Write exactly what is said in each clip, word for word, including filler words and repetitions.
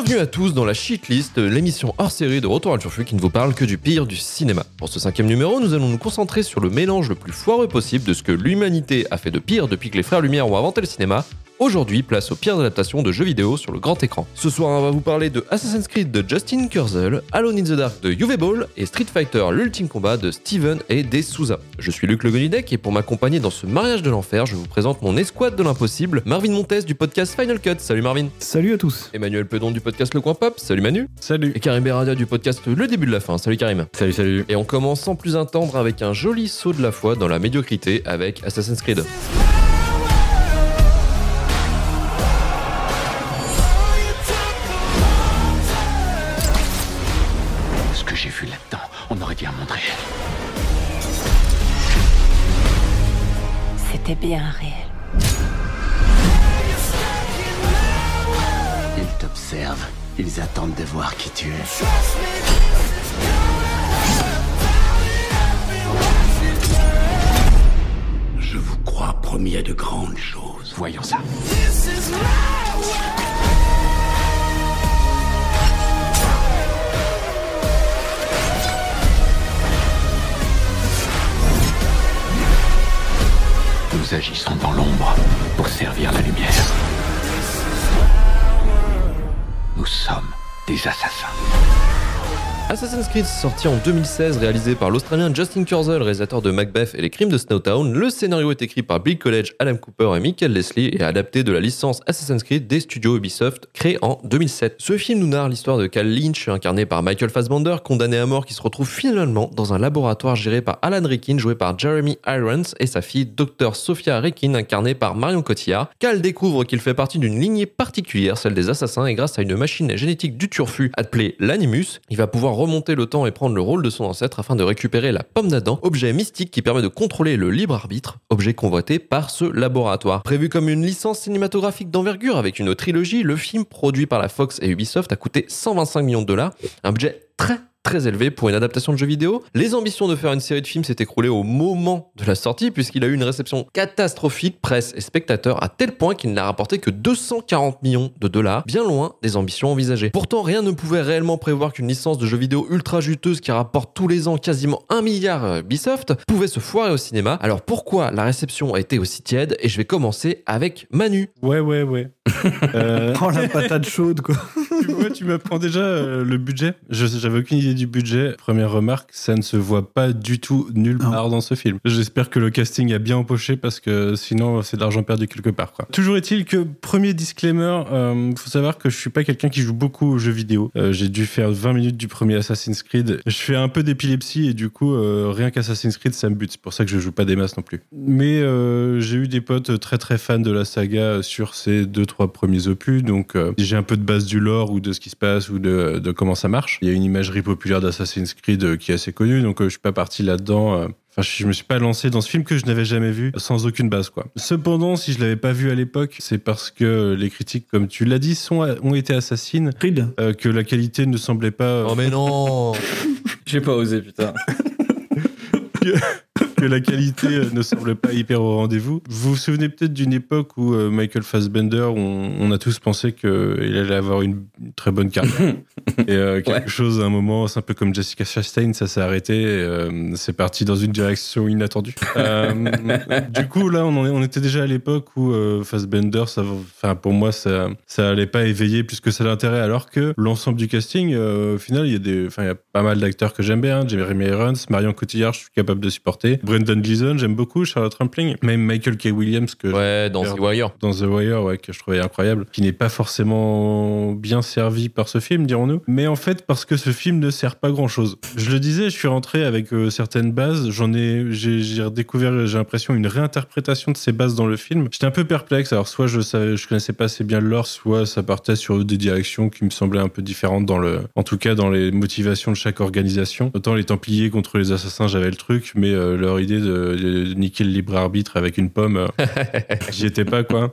Bienvenue à tous dans la Shitlist, l'émission hors-série de Retour à le Turfu qui ne vous parle que du pire du cinéma. Pour ce cinquième numéro, nous allons nous concentrer sur le mélange le plus foireux possible de ce que l'humanité a fait de pire depuis que les frères Lumière ont inventé le cinéma. Aujourd'hui, place aux pires adaptations de jeux vidéo sur le grand écran. Ce soir, on va vous parler de Assassin's Creed de Justin Kurzel, Alone in the Dark de Uwe Boll et Street Fighter l'Ultime Combat de Steven et De Souza. Je suis Luc Le Gonidec et pour m'accompagner dans ce mariage de l'enfer, je vous présente mon escouade de l'impossible, Marvin Montes du podcast Final Cut. Salut Marvin. Salut à tous. Emmanuel Pedon du podcast Le Coin Pop. Salut Manu. Salut. Et Karim Beradia du podcast Le Début de la Fin. Salut Karim. Salut, salut. Et on commence sans plus attendre avec un joli saut de la foi dans la médiocrité avec Assassin's Creed. J'ai vu là-dedans, on aurait dû en montrer. C'était bien réel. Ils t'observent, ils attendent de voir qui tu es. Je vous crois promis à de grandes choses. Voyons ça. Nous agissons dans l'ombre pour servir la lumière. Nous sommes des assassins. Assassin's Creed, sorti en deux mille seize, réalisé par l'Australien Justin Kurzel, réalisateur de Macbeth et les Crimes de Snowtown. Le scénario est écrit par Bill College, Alan Cooper et Michael Leslie et adapté de la licence Assassin's Creed des studios Ubisoft, créé en deux mille sept. Ce film nous narre l'histoire de Cal Lynch, incarné par Michael Fassbender, condamné à mort qui se retrouve finalement dans un laboratoire géré par Alan Rickman, joué par Jeremy Irons, et sa fille Dr Sophia Rickman, incarnée par Marion Cotillard. Cal découvre qu'il fait partie d'une lignée particulière, celle des assassins, et grâce à une machine génétique du turfu appelée l'Animus, il va pouvoir remonter le temps et prendre le rôle de son ancêtre afin de récupérer la pomme d'Adam, objet mystique qui permet de contrôler le libre arbitre, objet convoité par ce laboratoire. Prévu comme une licence cinématographique d'envergure avec une trilogie, le film produit par la Fox et Ubisoft a coûté cent vingt-cinq millions de dollars, un budget très très élevé pour une adaptation de jeu vidéo. Les ambitions de faire une série de films s'est écroulée au moment de la sortie puisqu'il a eu une réception catastrophique presse et spectateurs à tel point qu'il n'a rapporté que deux cent quarante millions de dollars, bien loin des ambitions envisagées. Pourtant, rien ne pouvait réellement prévoir qu'une licence de jeu vidéo ultra juteuse qui rapporte tous les ans quasiment un milliard à Ubisoft pouvait se foirer au cinéma. Alors pourquoi la réception a été aussi tiède? Et je vais commencer avec Manu. Ouais, ouais, ouais. euh... Oh la patate chaude, quoi. Tu vois, tu m'apprends déjà euh, le budget. Je, j'avais aucune idée du budget. Première remarque, ça ne se voit pas du tout nulle part non. dans ce film. J'espère que le casting a bien empoché parce que sinon c'est de l'argent perdu quelque part, quoi. Toujours est-il que, premier disclaimer, il euh, faut savoir que je suis pas quelqu'un qui joue beaucoup aux jeux vidéo. Euh, j'ai dû faire vingt minutes du premier Assassin's Creed. Je fais un peu d'épilepsie et du coup, euh, rien qu'Assassin's Creed, ça me bute. C'est pour ça que je joue pas des masses non plus. Mais euh, j'ai eu des potes très très fans de la saga sur ces deux trois premiers opus, donc euh, j'ai un peu de base du lore ou de ce qui se passe ou de, de comment ça marche. Il y a une imagerie populaire d'Assassin's Creed euh, qui est assez connue, donc euh, je suis pas parti là-dedans. Euh, Enfin, je me suis pas lancé dans ce film que je n'avais jamais vu sans aucune base, quoi. Cependant, si je l'avais pas vu à l'époque, c'est parce que les critiques, comme tu l'as dit, sont, ont été assassines. Creed. Euh, que la qualité ne semblait pas... Oh mais non. J'ai pas osé, putain. que, que la qualité ne semble pas hyper au rendez-vous. Vous vous souvenez peut-être d'une époque où euh, Michael Fassbender, on, on a tous pensé qu'il allait avoir une, une très bonne carrière. Et euh, quelque ouais. chose, à un moment, c'est un peu comme Jessica Chastain, ça s'est arrêté, et, euh, c'est parti dans une direction inattendue. euh, du coup, là, on, en est, on était déjà à l'époque où euh, Fassbender, ça, enfin, pour moi, ça, ça allait pas éveiller plus que ça l'intérêt, alors que l'ensemble du casting, euh, au final, il y a des, enfin, il y a pas mal d'acteurs que j'aime bien, Jeremy Irons, Marion Cotillard, je suis capable de supporter, Brendan Gleeson, j'aime beaucoup, Charlotte Rampling, même Michael K. Williams, que ouais, dans The Wire, dans The Wire, ouais, que je trouvais incroyable, qui n'est pas forcément bien servi par ce film, dirons-nous. Mais en fait, parce que ce film ne sert pas grand-chose. Je le disais, je suis rentré avec euh, certaines bases. J'en ai, j'ai, j'ai redécouvert, j'ai l'impression, une réinterprétation de ces bases dans le film. J'étais un peu perplexe. Alors, soit je savais, je connaissais pas assez bien le lore, soit ça partait sur des directions qui me semblaient un peu différentes dans le, en tout cas, dans les motivations de chaque organisation. Autant les Templiers contre les Assassins, j'avais le truc, mais euh, leur idée de, de niquer le libre arbitre avec une pomme, euh, j'y étais pas, quoi.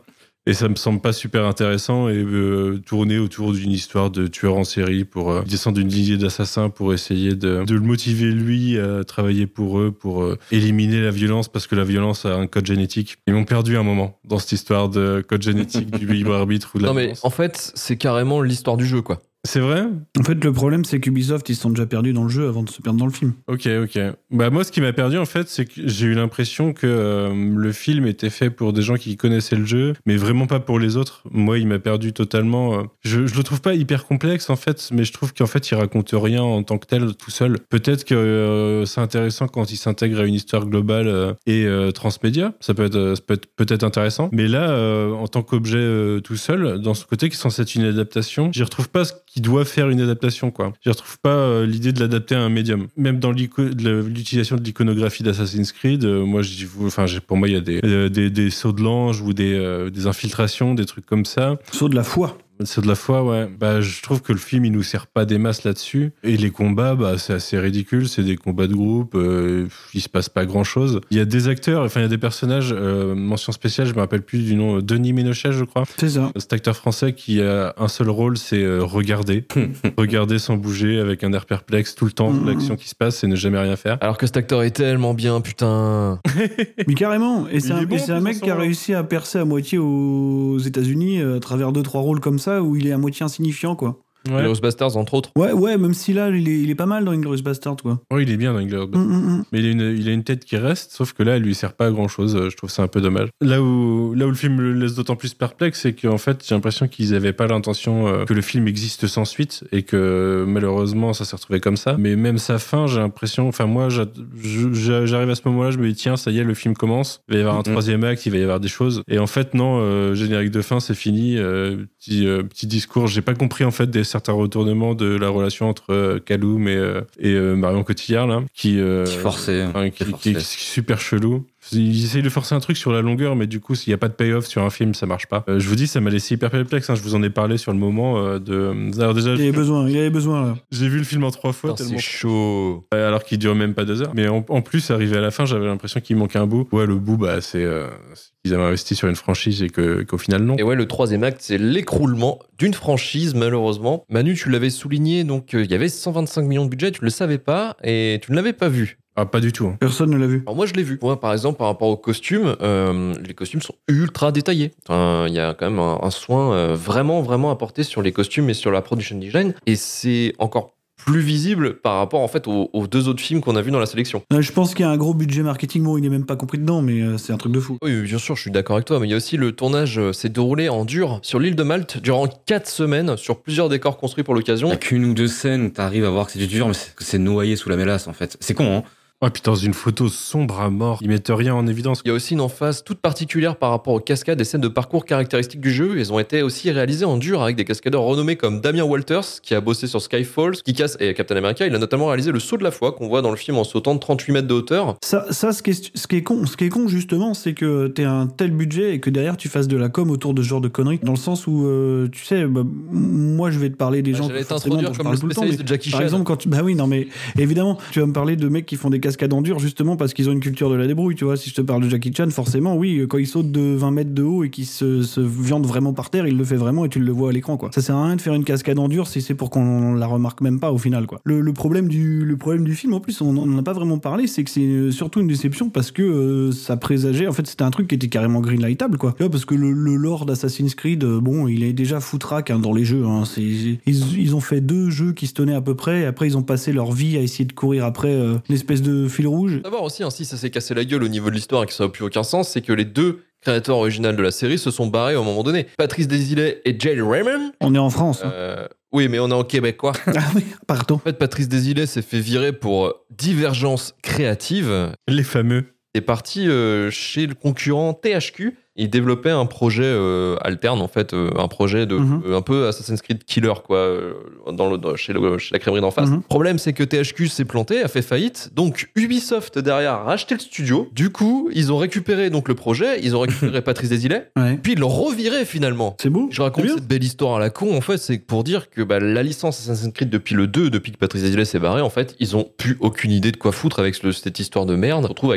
Et ça me semble pas super intéressant et euh, tourner autour d'une histoire de tueur en série pour euh, descendre d'une lignée d'assassins pour essayer de, de le motiver lui à travailler pour eux, pour euh, éliminer la violence parce que la violence a un code génétique. Ils m'ont perdu un moment dans cette histoire de code génétique du libre arbitre ou de la Non mais violence. en fait, c'est carrément l'histoire du jeu, quoi. C'est vrai ? En fait, le problème, c'est qu'Ubisoft, ils se sont déjà perdus dans le jeu avant de se perdre dans le film. Ok, ok. Bah moi, ce qui m'a perdu, en fait, c'est que j'ai eu l'impression que euh, le film était fait pour des gens qui connaissaient le jeu, mais vraiment pas pour les autres. Moi, il m'a perdu totalement. Euh. Je, je le trouve pas hyper complexe, en fait, mais je trouve qu'en fait, il raconte rien en tant que tel, tout seul. Peut-être que euh, c'est intéressant quand il s'intègre à une histoire globale euh, et euh, transmédia. Ça peut être, ça peut être peut-être intéressant. Mais là, euh, en tant qu'objet euh, tout seul, dans ce côté qui est censé être une adaptation, j'y retrouve pas ce qui doit faire une adaptation, quoi. Je retrouve pas euh, l'idée de l'adapter à un médium. Même dans l'utilisation de l'iconographie d'Assassin's Creed, euh, moi, je, enfin, pour moi, il y a des, euh, des, des sauts de l'ange ou des, euh, des infiltrations, des trucs comme ça. Saut de la foi. C'est de la foi, ouais. Bah, je trouve que le film, il nous sert pas des masses là-dessus. Et les combats, bah, c'est assez ridicule. C'est des combats de groupe. Euh, il se passe pas grand-chose. Il y a des acteurs, enfin, il y a des personnages. Euh, mention spéciale, je me rappelle plus du nom. Denis Ménochet, je crois. C'est ça. Cet acteur français qui a un seul rôle, c'est euh, regarder. Regarder sans bouger, avec un air perplexe tout le temps. Mmh. L'action qui se passe, et ne jamais rien faire. Alors que cet acteur est tellement bien, putain. Mais carrément. Et c'est un, bon, et c'est un mec qui a réussi à percer à moitié aux États-Unis à travers deux trois rôles comme ça où il est à moitié insignifiant, quoi. Ouais. Glorious Bastards, entre autres. Ouais, ouais, même si là, il est, il est pas mal dans Inglourious Basterds, quoi. Oui, il est bien dans Inglourious Basterds. Mm, mm, mm. Mais il a, une, il a une tête qui reste, sauf que là, elle lui sert pas à grand chose. Je trouve ça un peu dommage. Là où, là où le film le laisse d'autant plus perplexe, c'est qu'en fait, j'ai l'impression qu'ils avaient pas l'intention euh, que le film existe sans suite et que malheureusement, ça s'est retrouvé comme ça. Mais même sa fin, j'ai l'impression, enfin, moi, j'a, j'arrive à ce moment-là, je me dis, tiens, ça y est, le film commence. Il va y avoir un mm-hmm. troisième acte, il va y avoir des choses. Et en fait, non, euh, générique de fin, c'est fini. Euh, petit, euh, petit discours. J'ai pas compris, en fait, des certains retournements de la relation entre euh, Kaloum et, euh, et euh, Marion Cotillard là, qui euh, qui forcé, hein, qui, qui est super chelou. Ils essayent de forcer un truc sur la longueur, mais du coup, s'il n'y a pas de payoff sur un film, ça marche pas. Euh, je vous dis, ça m'a laissé hyper perplexe. Hein. Je vous en ai parlé sur le moment euh, de. Alors déjà, il y avait besoin, il y avait besoin là. J'ai vu le film en trois fois. Putain, tellement c'est chaud. Alors qu'il dure même pas deux heures. Mais en, en plus, arrivé à la fin, j'avais l'impression qu'il manquait un bout. Ouais, le bout, bah, c'est. Euh, ils avaient investi sur une franchise et que, qu'au final, non. Et ouais, le troisième acte, c'est l'écroulement d'une franchise, malheureusement. Manu, tu l'avais souligné, donc il euh, y avait cent vingt-cinq millions de budget, tu le savais pas et tu ne l'avais pas vu. Ah, pas du tout. Hein. Personne ne l'a vu. Alors moi, je l'ai vu. Moi, par exemple, par rapport aux costumes, euh, les costumes sont ultra détaillés. Il enfin, y a quand même un, un soin euh, vraiment, vraiment apporté sur les costumes et sur la production design. Et c'est encore plus visible par rapport en fait aux, aux deux autres films qu'on a vus dans la sélection. Euh, je pense qu'il y a un gros budget marketing. Bon, il n'est même pas compris dedans, mais euh, c'est un truc de fou. Oui, bien sûr, je suis d'accord avec toi. Mais il y a aussi le tournage euh, s'est déroulé en dur sur l'île de Malte durant quatre semaines sur plusieurs décors construits pour l'occasion. Il n'y a qu'une ou deux scènes où t'arrives à voir que c'est du dur, mais c'est, que c'est noyé sous la mélasse en fait. C'est con, hein. Ah, puis dans une photo sombre à mort, ils mettent rien en évidence. Il y a aussi une emphase toute particulière par rapport aux cascades et scènes de parcours caractéristiques du jeu. Elles ont été aussi réalisées en dur avec des cascadeurs renommés comme Damien Walters, qui a bossé sur Skyfall, Kick-Ass et Captain America. Il a notamment réalisé le saut de la foi qu'on voit dans le film en sautant de trente-huit mètres de hauteur. Ça, ça ce, qui est, ce qui est con, ce qui est con justement, c'est que t'aies un tel budget et que derrière tu fasses de la com autour de ce genre de conneries. Dans le sens où, euh, tu sais, bah, moi je vais te parler des bah, gens j'allais qui t'introduire comme le spécialiste temps, de Jackie Chan. Par exemple, quand tu, bah oui, non mais évidemment, tu vas me parler de mecs qui font des cascades en dur justement parce qu'ils ont une culture de la débrouille, tu vois. Si je te parle de Jackie Chan, forcément, oui, quand il saute de vingt mètres de haut et qu'il se, se viande vraiment par terre, il le fait vraiment et tu le vois à l'écran, quoi. Ça sert à rien de faire une cascade en dur si c'est pour qu'on la remarque même pas au final, quoi. Le, le, problème, du, le problème du film, en plus, on n'en a pas vraiment parlé, c'est que c'est surtout une déception parce que euh, ça présageait, en fait, c'était un truc qui était carrément greenlightable, quoi. Tu vois, parce que le, le lore d'Assassin's Creed, euh, bon, il est déjà foutraque hein, dans les jeux, hein. C'est, ils, ils ont fait deux jeux qui se tenaient à peu près et après ils ont passé leur vie à essayer de courir après euh, l'espèce de fil rouge. D'abord aussi, hein, si ça s'est cassé la gueule au niveau de l'histoire et que ça n'a plus aucun sens, c'est que les deux créateurs originaux de la série se sont barrés au moment donné. Patrice Désilets et Jay Raymond. On est en France. Euh, oui, mais on est en Québec, quoi. Ah oui, pardon. En fait, Patrice Désilets s'est fait virer pour divergence créative. Les fameux. Il est parti euh, chez le concurrent T H Q. Il développait un projet euh, alterne, en fait, euh, un projet de mm-hmm. euh, un peu Assassin's Creed Killer, quoi, euh, dans le, dans, chez, le, chez la crèmerie d'en face. Le mm-hmm. problème, c'est que T H Q s'est planté, a fait faillite. Donc Ubisoft derrière a racheté le studio. Du coup, ils ont récupéré donc le projet, ils ont récupéré Patrice Désilets, ouais. puis ils l'ont reviré finalement. C'est beau. Je raconte cette belle histoire à la con. En fait, c'est pour dire que bah, la licence Assassin's Creed depuis le deux, depuis que Patrice Désilets s'est barré, en fait, ils ont plus aucune idée de quoi foutre avec le, cette histoire de merde. On se retrouve avec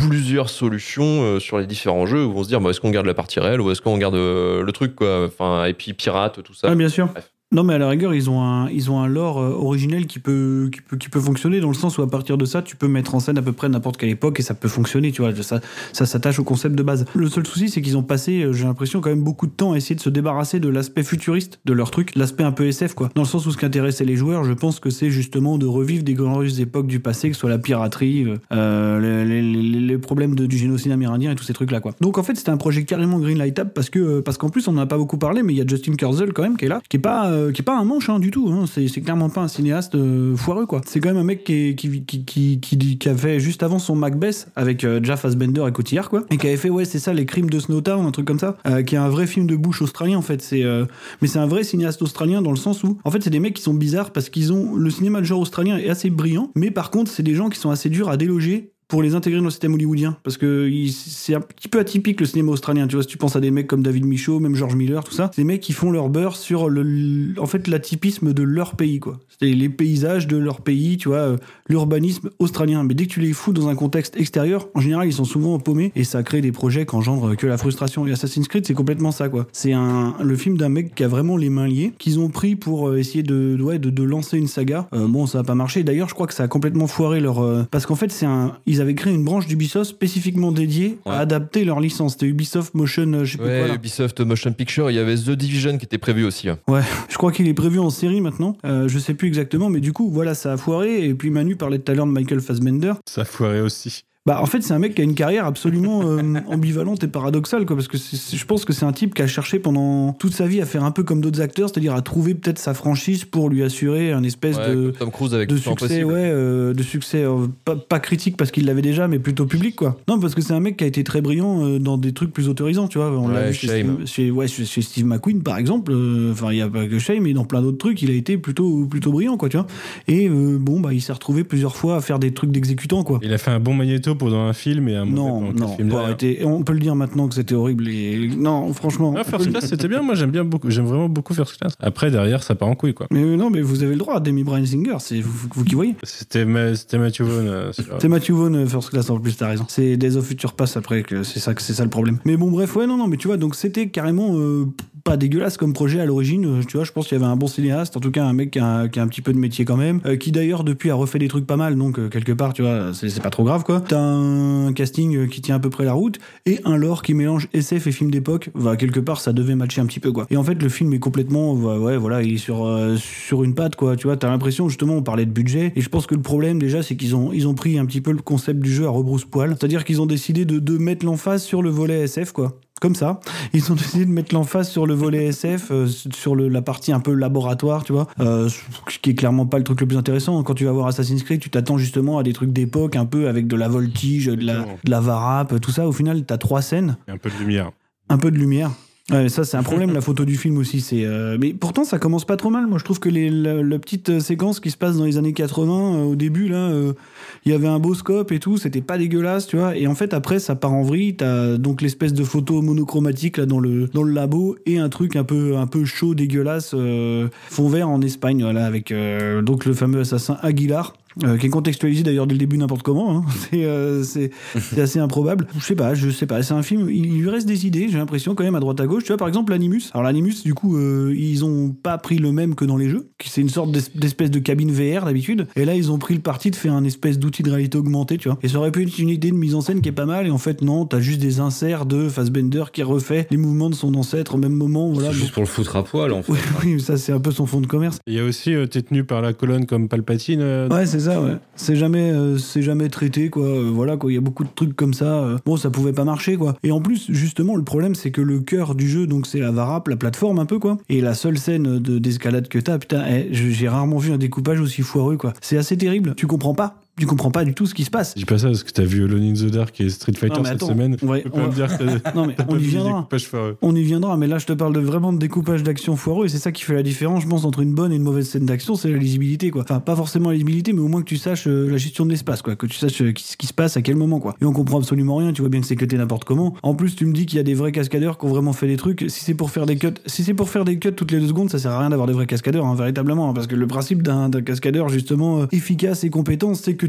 plusieurs solutions euh, sur les différents jeux où on se dire bah, est-ce qu'on garde la partie réelle ou est-ce qu'on garde euh, le truc quoi, enfin et puis pirate tout ça. Ah bien sûr. Bref. Non mais à la rigueur ils ont un ils ont un lore euh, originel qui peut qui peut qui peut fonctionner dans le sens où à partir de ça tu peux mettre en scène à peu près n'importe quelle époque et ça peut fonctionner, tu vois, ça ça s'attache au concept de base. Le seul souci c'est qu'ils ont passé euh, j'ai l'impression quand même beaucoup de temps à essayer de se débarrasser de l'aspect futuriste de leur truc, l'aspect un peu S F quoi. Dans le sens où ce qui intéressait les joueurs, je pense que c'est justement de revivre des glorieuses époques du passé, que ce soit la piraterie, euh, les, les, les, les problèmes de, du génocide amérindien et tous ces trucs là quoi. Donc en fait c'était un projet carrément greenlightable parce que parce qu'en plus on en a pas beaucoup parlé mais il y a Justin Kurzel quand même qui est là, qui est pas euh, qui est pas un manche hein, du tout, hein. c'est, c'est clairement pas un cinéaste euh, foireux quoi. C'est quand même un mec qui, est, qui, qui, qui, qui, qui a fait juste avant son Macbeth avec euh, Jeff Fassbender et Cotillard quoi, et qui avait fait ouais c'est ça les crimes de Snowtown, un truc comme ça, euh, qui est un vrai film de Bush australien en fait. C'est euh, mais c'est un vrai cinéaste australien dans le sens où en fait c'est des mecs qui sont bizarres parce qu'ils ont le cinéma de genre australien est assez brillant, mais par contre c'est des gens qui sont assez durs à déloger pour les intégrer dans le système hollywoodien, parce que c'est un petit peu atypique le cinéma australien, tu vois, si tu penses à des mecs comme David Michaud, même George Miller, tout ça, c'est des mecs qui font leur beurre sur le, en fait, l'atypisme de leur pays, quoi. C'est les paysages de leur pays, tu vois, l'urbanisme australien. Mais dès que tu les fous dans un contexte extérieur, en général, ils sont souvent paumés, et ça crée des projets qui engendrent que la frustration. Et Assassin's Creed, c'est complètement ça, quoi. C'est un, le film d'un mec qui a vraiment les mains liées, qu'ils ont pris pour essayer de, ouais, de, de lancer une saga. Euh, bon, ça a pas marché. D'ailleurs, je crois que ça a complètement foiré leur, euh, parce qu'en fait, c'est un, ils avaient créé une branche d'Ubisoft spécifiquement dédiée ouais. à adapter leur licence. C'était Ubisoft Motion, je sais ouais, plus quoi là. Ubisoft Motion Picture, il y avait The Division qui était prévu aussi. Hein. Ouais, je crois qu'il est prévu en série maintenant. Euh, je sais plus exactement, mais du coup, voilà, ça a foiré. Et puis Manu parlait tout à l'heure de Michael Fassbender. Ça a foiré aussi. Bah en fait c'est un mec qui a une carrière absolument euh, ambivalente et paradoxale quoi, parce que c'est, c'est, je pense que c'est un type qui a cherché pendant toute sa vie à faire un peu comme d'autres acteurs, c'est-à-dire à trouver peut-être sa franchise pour lui assurer un espèce ouais, de Tom Cruise avec de succès ouais euh, de succès euh, pas, pas critique parce qu'il l'avait déjà mais plutôt public quoi. Non parce que c'est un mec qui a été très brillant euh, dans des trucs plus autorisants, tu vois, on ouais, l'a vu chez Steve, chez, ouais, chez, chez Steve McQueen par exemple, enfin euh, il y a pas que Shame mais dans plein d'autres trucs il a été plutôt plutôt brillant quoi, tu vois. Et euh, bon bah il s'est retrouvé plusieurs fois à faire des trucs d'exécutant quoi. Il a fait un bon magnéto pendant un film. Un non, non, faut arrêter. On peut le dire maintenant que c'était horrible. Et... Non, franchement. Ah, First Class, c'était bien. Moi, j'aime bien beaucoup. J'aime vraiment beaucoup First Class. Après, derrière, ça part en couille, quoi. Mais euh, non, mais vous avez le droit. Demi Bryan Singer, c'est vous, vous qui voyez. C'était, ma... c'était Matthew Vaughn. Euh, sur... C'était Matthew Vaughn, First Class en plus. T'as raison. C'est Days of Future Past après que c'est ça, c'est ça le problème. Mais bon, bref, ouais, non, non, mais tu vois, donc c'était carrément euh, pas dégueulasse comme projet à l'origine. Tu vois, je pense qu'il y avait un bon cinéaste, en tout cas un mec qui a un, qui a un petit peu de métier quand même, euh, qui d'ailleurs depuis a refait des trucs pas mal. Donc euh, quelque part, tu vois, c'est, c'est pas trop grave, quoi. T'as un casting qui tient à peu près la route et un lore qui mélange S F et film d'époque. Va quelque part ça devait matcher un petit peu quoi. Et en fait le film est complètement ouais voilà il est sur euh, sur une patte quoi, tu vois, t'as l'impression justement on parlait de budget et je pense que le problème déjà c'est qu'ils ont ils ont pris un petit peu le concept du jeu à rebrousse-poil, c'est-à-dire qu'ils ont décidé de, de mettre l'emphase sur le volet S F quoi. Comme ça, ils ont décidé de mettre l'emphase sur le volet S F, euh, sur le, la partie un peu laboratoire, tu vois, euh, ce qui est clairement pas le truc le plus intéressant. Quand tu vas voir Assassin's Creed, tu t'attends justement à des trucs d'époque, un peu avec de la voltige, de la, de la varap, tout ça. Au final, t'as trois scènes. Et un peu de lumière. Un peu de lumière. Ouais, ça c'est un problème, la photo du film aussi. C'est, euh... mais pourtant ça commence pas trop mal. Moi je trouve que les, la, la petite séquence qui se passe dans les années quatre-vingts, euh, au début là, il euh, y avait un beau scope et tout, c'était pas dégueulasse, tu vois. Et en fait après ça part en vrille. T'as donc l'espèce de photo monochromatique là dans le dans le labo et un truc un peu un peu chaud, dégueulasse, euh, fond vert en Espagne, voilà, avec euh, donc le fameux assassin Aguilar. Euh, qui est contextualisé d'ailleurs dès le début n'importe comment, hein. c'est, euh, c'est, c'est assez improbable. Je sais pas, je sais pas, c'est un film, il lui reste des idées, j'ai l'impression quand même à droite à gauche. Tu vois par exemple l'Animus, alors l'Animus du coup euh, ils ont pas pris le même que dans les jeux, c'est une sorte d'espèce de cabine V R d'habitude, et là ils ont pris le parti de faire un espèce d'outil de réalité augmentée, tu vois. Et ça aurait pu être une idée de mise en scène qui est pas mal, et en fait non, t'as juste des inserts de Fassbender qui refait les mouvements de son ancêtre au même moment. Voilà, c'est bon. Juste pour le foutre à poil en fait. Oui, oui, ça c'est un peu son fond de commerce. Il y a aussi euh, t'es tenu par la colonne comme Palpatine. Euh... Ouais c'est ça, ouais. C'est jamais, euh, c'est jamais traité, quoi. Euh, voilà, quoi. Il y a beaucoup de trucs comme ça. Euh, bon, ça pouvait pas marcher, quoi. Et en plus, justement, le problème, c'est que le cœur du jeu, donc, c'est la varap, la plateforme, un peu, quoi. Et la seule scène de, d'escalade que t'as, putain, eh, j'ai rarement vu un découpage aussi foireux, quoi. C'est assez terrible. Tu comprends pas. Tu comprends pas du tout ce qui se passe. Je dis pas ça parce que t'as vu Alone in the Dark et Street Fighter non, cette attends, semaine. Ouais, tu peux pas me dire que non, mais on y viendra. On y viendra, mais là je te parle de vraiment de découpage d'action foireux et c'est ça qui fait la différence, je pense, entre une bonne et une mauvaise scène d'action, c'est la lisibilité, quoi. Enfin, pas forcément la lisibilité, mais au moins que tu saches euh, la gestion de l'espace, quoi. Que tu saches euh, ce qui se passe à quel moment, quoi. Et on comprend absolument rien, tu vois bien que c'est cuté n'importe comment. En plus, tu me dis qu'il y a des vrais cascadeurs qui ont vraiment fait des trucs. Si c'est pour faire des cuts, si c'est pour faire des cuts toutes les deux secondes, ça sert à rien d'avoir des vrais cascadeurs, hein, véritablement, hein, parce que le principe d'un, d'un cascadeur justement euh, efficace et compétent, c'est que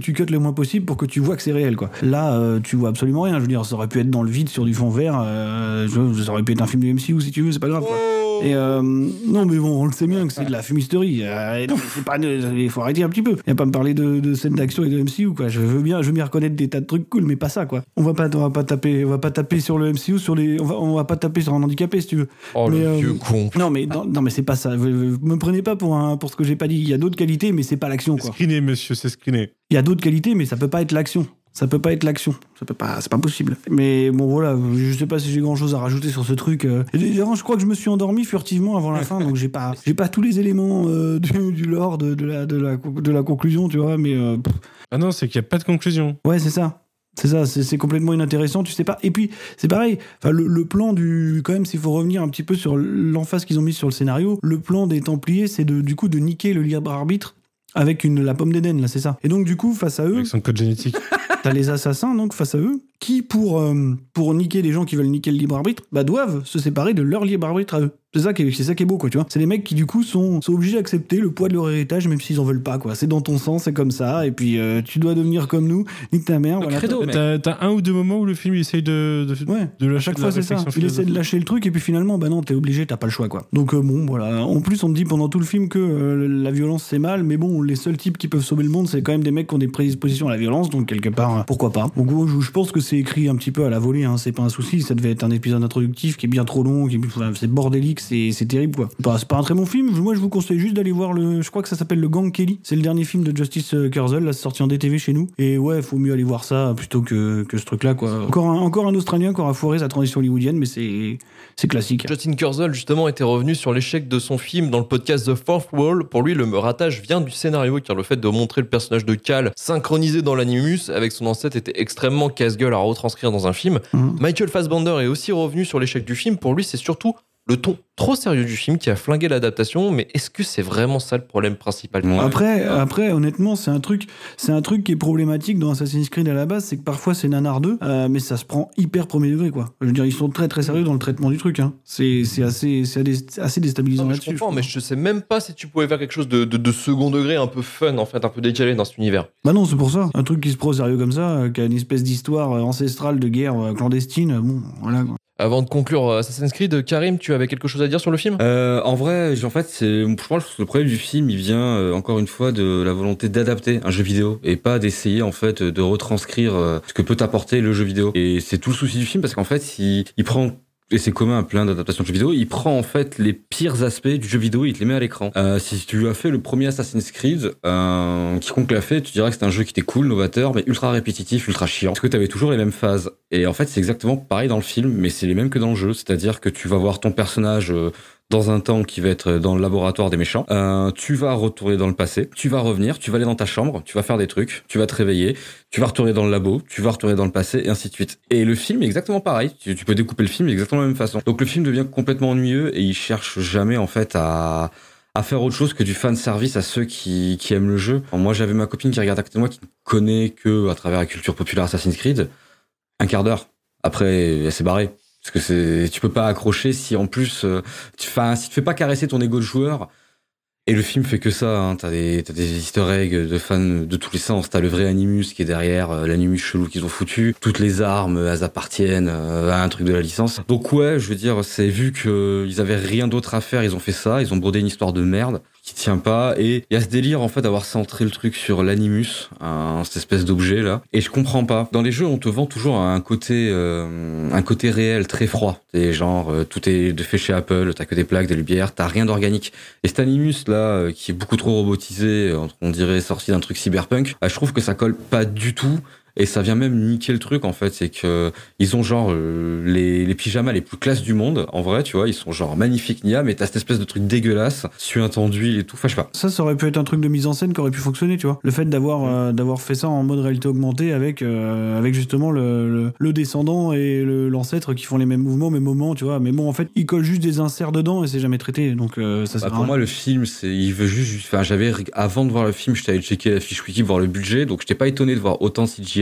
tu cuts le moins possible pour que tu vois que c'est réel, quoi. Là, euh, tu vois absolument rien. Je veux dire, ça aurait pu être dans le vide sur du fond vert. Euh, ça aurait pu être un film du M C U si tu veux, c'est pas grave, quoi. Et euh, non, mais bon, on le sait bien que c'est de la fumisterie. Euh, non, c'est pas, il faut arrêter un petit peu. Il a pas me parler de, de scènes d'action et de M C U, quoi. Je veux bien, je veux bien reconnaître des tas de trucs cool, mais pas ça, quoi. On va pas, on va pas taper, on va pas taper sur le M C U, sur les, on va, on va pas taper sur un handicapé, si tu veux. Oh, mais, le euh, vieux con. Non, mais non, non, mais c'est pas ça. Vous, vous me prenez pas pour un, pour ce que j'ai pas dit. Il y a d'autres qualités, mais c'est pas l'action, quoi. C'est screené, monsieur, c'est screené. Il y a d'autres qualités, mais ça peut pas être l'action. Ça peut pas être l'action. Ça peut pas, c'est pas possible. Mais bon, voilà, je sais pas si j'ai grand chose à rajouter sur ce truc. Je crois que je me suis endormi furtivement avant la fin, donc j'ai pas, j'ai pas tous les éléments euh, du, du lore de, de, la, de, la, de la conclusion, tu vois, mais. Euh, ah non, c'est qu'il y a pas de conclusion. Ouais, c'est ça. C'est ça, c'est, c'est complètement inintéressant, tu sais pas. Et puis, c'est pareil, enfin, le, le plan du. Quand même, s'il faut revenir un petit peu sur l'emphase qu'ils ont mis sur le scénario, le plan des Templiers, c'est de, du coup de niquer le libre arbitre avec une, la pomme d'Éden, là, c'est ça. Et donc, du coup, face à eux. Avec son code génétique. T'as les assassins, donc, face à eux, qui, pour, euh, pour niquer les gens qui veulent niquer le libre arbitre, bah, doivent se séparer de leur libre arbitre à eux. C'est ça qui est, c'est ça qui est beau, quoi, tu vois. C'est les mecs qui, du coup, sont, sont obligés d'accepter le poids de leur héritage, même s'ils en veulent pas, quoi. C'est dans ton sang, c'est comme ça, et puis euh, tu dois devenir comme nous, nique ta mère, voilà. Credo, t'as, t'as un ou deux moments où le film il essaye de, de, ouais. de lâcher à chaque fois, c'est ça. Il essaie de lâcher le truc, et puis finalement, bah non, t'es obligé, t'as pas le choix, quoi. Donc, euh, bon, voilà. En plus, on te dit pendant tout le film que euh, la violence, c'est mal, mais bon, les seuls types qui peuvent sauver le monde, c'est quand même des mecs qui ont des prédispositions à la violence, donc quelque part, euh, pourquoi pas. Donc, je, je pense que c'est écrit un petit peu à la volée, hein, c'est pas un souci, ça devait être un épisode introductif qui est bien trop long, qui, enfin, c'est bordélique, c'est, c'est terrible, quoi. Bah, c'est pas un très bon film. Moi, je vous conseille juste d'aller voir le. Je crois que ça s'appelle Le Gang Kelly. C'est le dernier film de Justice Kurzel. Là, c'est sorti en D T V chez nous. Et ouais, faut mieux aller voir ça plutôt que, que ce truc-là, quoi. Encore un, encore un Australien qui aura foiré sa transition hollywoodienne, mais c'est, c'est classique. Justin Kurzel, justement, était revenu sur l'échec de son film dans le podcast The Fourth Wall. Pour lui, le ratage vient du scénario, car le fait de montrer le personnage de Cal synchronisé dans l'animus avec son ancêtre était extrêmement casse-gueule à retranscrire dans un film. Mmh. Michael Fassbender est aussi revenu sur l'échec du film. Pour lui, c'est surtout le ton trop sérieux du film qui a flingué l'adaptation, mais est-ce que c'est vraiment ça le problème principal ? Après, après, honnêtement, c'est un truc, c'est un truc qui est problématique dans Assassin's Creed à la base, c'est que parfois c'est nanardeux, euh, mais ça se prend hyper premier degré, quoi. Je veux dire, ils sont très très sérieux dans le traitement du truc, hein. C'est, c'est assez, c'est assez déstabilisant non, là-dessus. Je comprends, je mais je sais même pas si tu pouvais faire quelque chose de, de, de second degré, un peu fun, en fait, un peu décalé dans cet univers. Bah non, c'est pour ça. Un truc qui se prend au sérieux comme ça, euh, qui a une espèce d'histoire ancestrale de guerre euh, clandestine, bon, voilà, quoi. Avant de conclure Assassin's Creed, Karim, tu avais quelque chose à dire sur le film ? euh, En vrai, en fait, c'est, je pense que le problème du film, il vient euh, encore une fois de la volonté d'adapter un jeu vidéo et pas d'essayer en fait de retranscrire euh, ce que peut apporter le jeu vidéo. Et c'est tout le souci du film parce qu'en fait, il, il prend et c'est commun à plein d'adaptations de jeux vidéo, il prend en fait les pires aspects du jeu vidéo et il te les met à l'écran. Euh, si tu as fait le premier Assassin's Creed, euh, quiconque l'a fait, tu dirais que c'est un jeu qui était cool, novateur, mais ultra répétitif, ultra chiant, parce que tu avais toujours les mêmes phases. Et en fait, c'est exactement pareil dans le film, mais c'est les mêmes que dans le jeu, c'est-à-dire que tu vas voir ton personnage euh, dans un temps qui va être dans le laboratoire des méchants, euh, tu vas retourner dans le passé, tu vas revenir, tu vas aller dans ta chambre, tu vas faire des trucs, tu vas te réveiller, tu vas retourner dans le labo, tu vas retourner dans le passé, et ainsi de suite. Et le film est exactement pareil, tu, tu peux découper le film exactement de la même façon. Donc le film devient complètement ennuyeux et il cherche jamais en fait à... à faire autre chose que du fan service à ceux qui, qui aiment le jeu. Alors, moi, j'avais ma copine qui regarde à côté de moi, qui ne connaît que à travers la culture populaire Assassin's Creed, un quart d'heure. Après, elle s'est barrée. Parce que c'est, tu peux pas accrocher si en plus, euh, tu, enfin, si tu fais pas caresser ton ego de joueur. Et le film fait que ça, hein. T'as des, t'as des easter eggs de fans de tous les sens. T'as le vrai Animus qui est derrière, euh, l'Animus chelou qu'ils ont foutu. Toutes les armes, elles appartiennent euh, à un truc de la licence. Donc ouais, je veux dire, c'est vu que ils avaient rien d'autre à faire, ils ont fait ça, ils ont brodé une histoire de merde qui tient pas. Et il y a ce délire en fait d'avoir centré le truc sur l'Animus, hein, cette espèce d'objet là. Et je comprends pas. Dans les jeux, on te vend toujours un côté, euh, un côté réel très froid. C'est genre euh, tout est fait chez Apple, t'as que des plaques, des lumières, t'as rien d'organique. Et cet Animus là, euh, qui est beaucoup trop robotisé, on dirait sorti d'un truc cyberpunk, bah, je trouve que ça colle pas du tout. Et ça vient même niquer le truc en fait, c'est que ils ont genre euh, les, les pyjamas les plus classes du monde, en vrai, tu vois, ils sont genre magnifiques Nia, mais t'as cette espèce de truc dégueulasse, suintant d'huile et tout, enfin je sais pas. Ça, ça aurait pu être un truc de mise en scène qui aurait pu fonctionner, tu vois. Le fait d'avoir mmh. euh, d'avoir fait ça en mode réalité augmentée avec euh, avec justement le, le, le descendant et le, l'ancêtre qui font les mêmes mouvements, mêmes moments, tu vois. Mais bon, en fait, ils collent juste des inserts dedans et c'est jamais traité, donc euh, ça. Bah, pour moi, le film, c'est, il veut juste, enfin, j'avais avant de voir le film, j'étais allé checker la fiche wiki, voir le budget, donc j'étais pas étonné de voir autant C G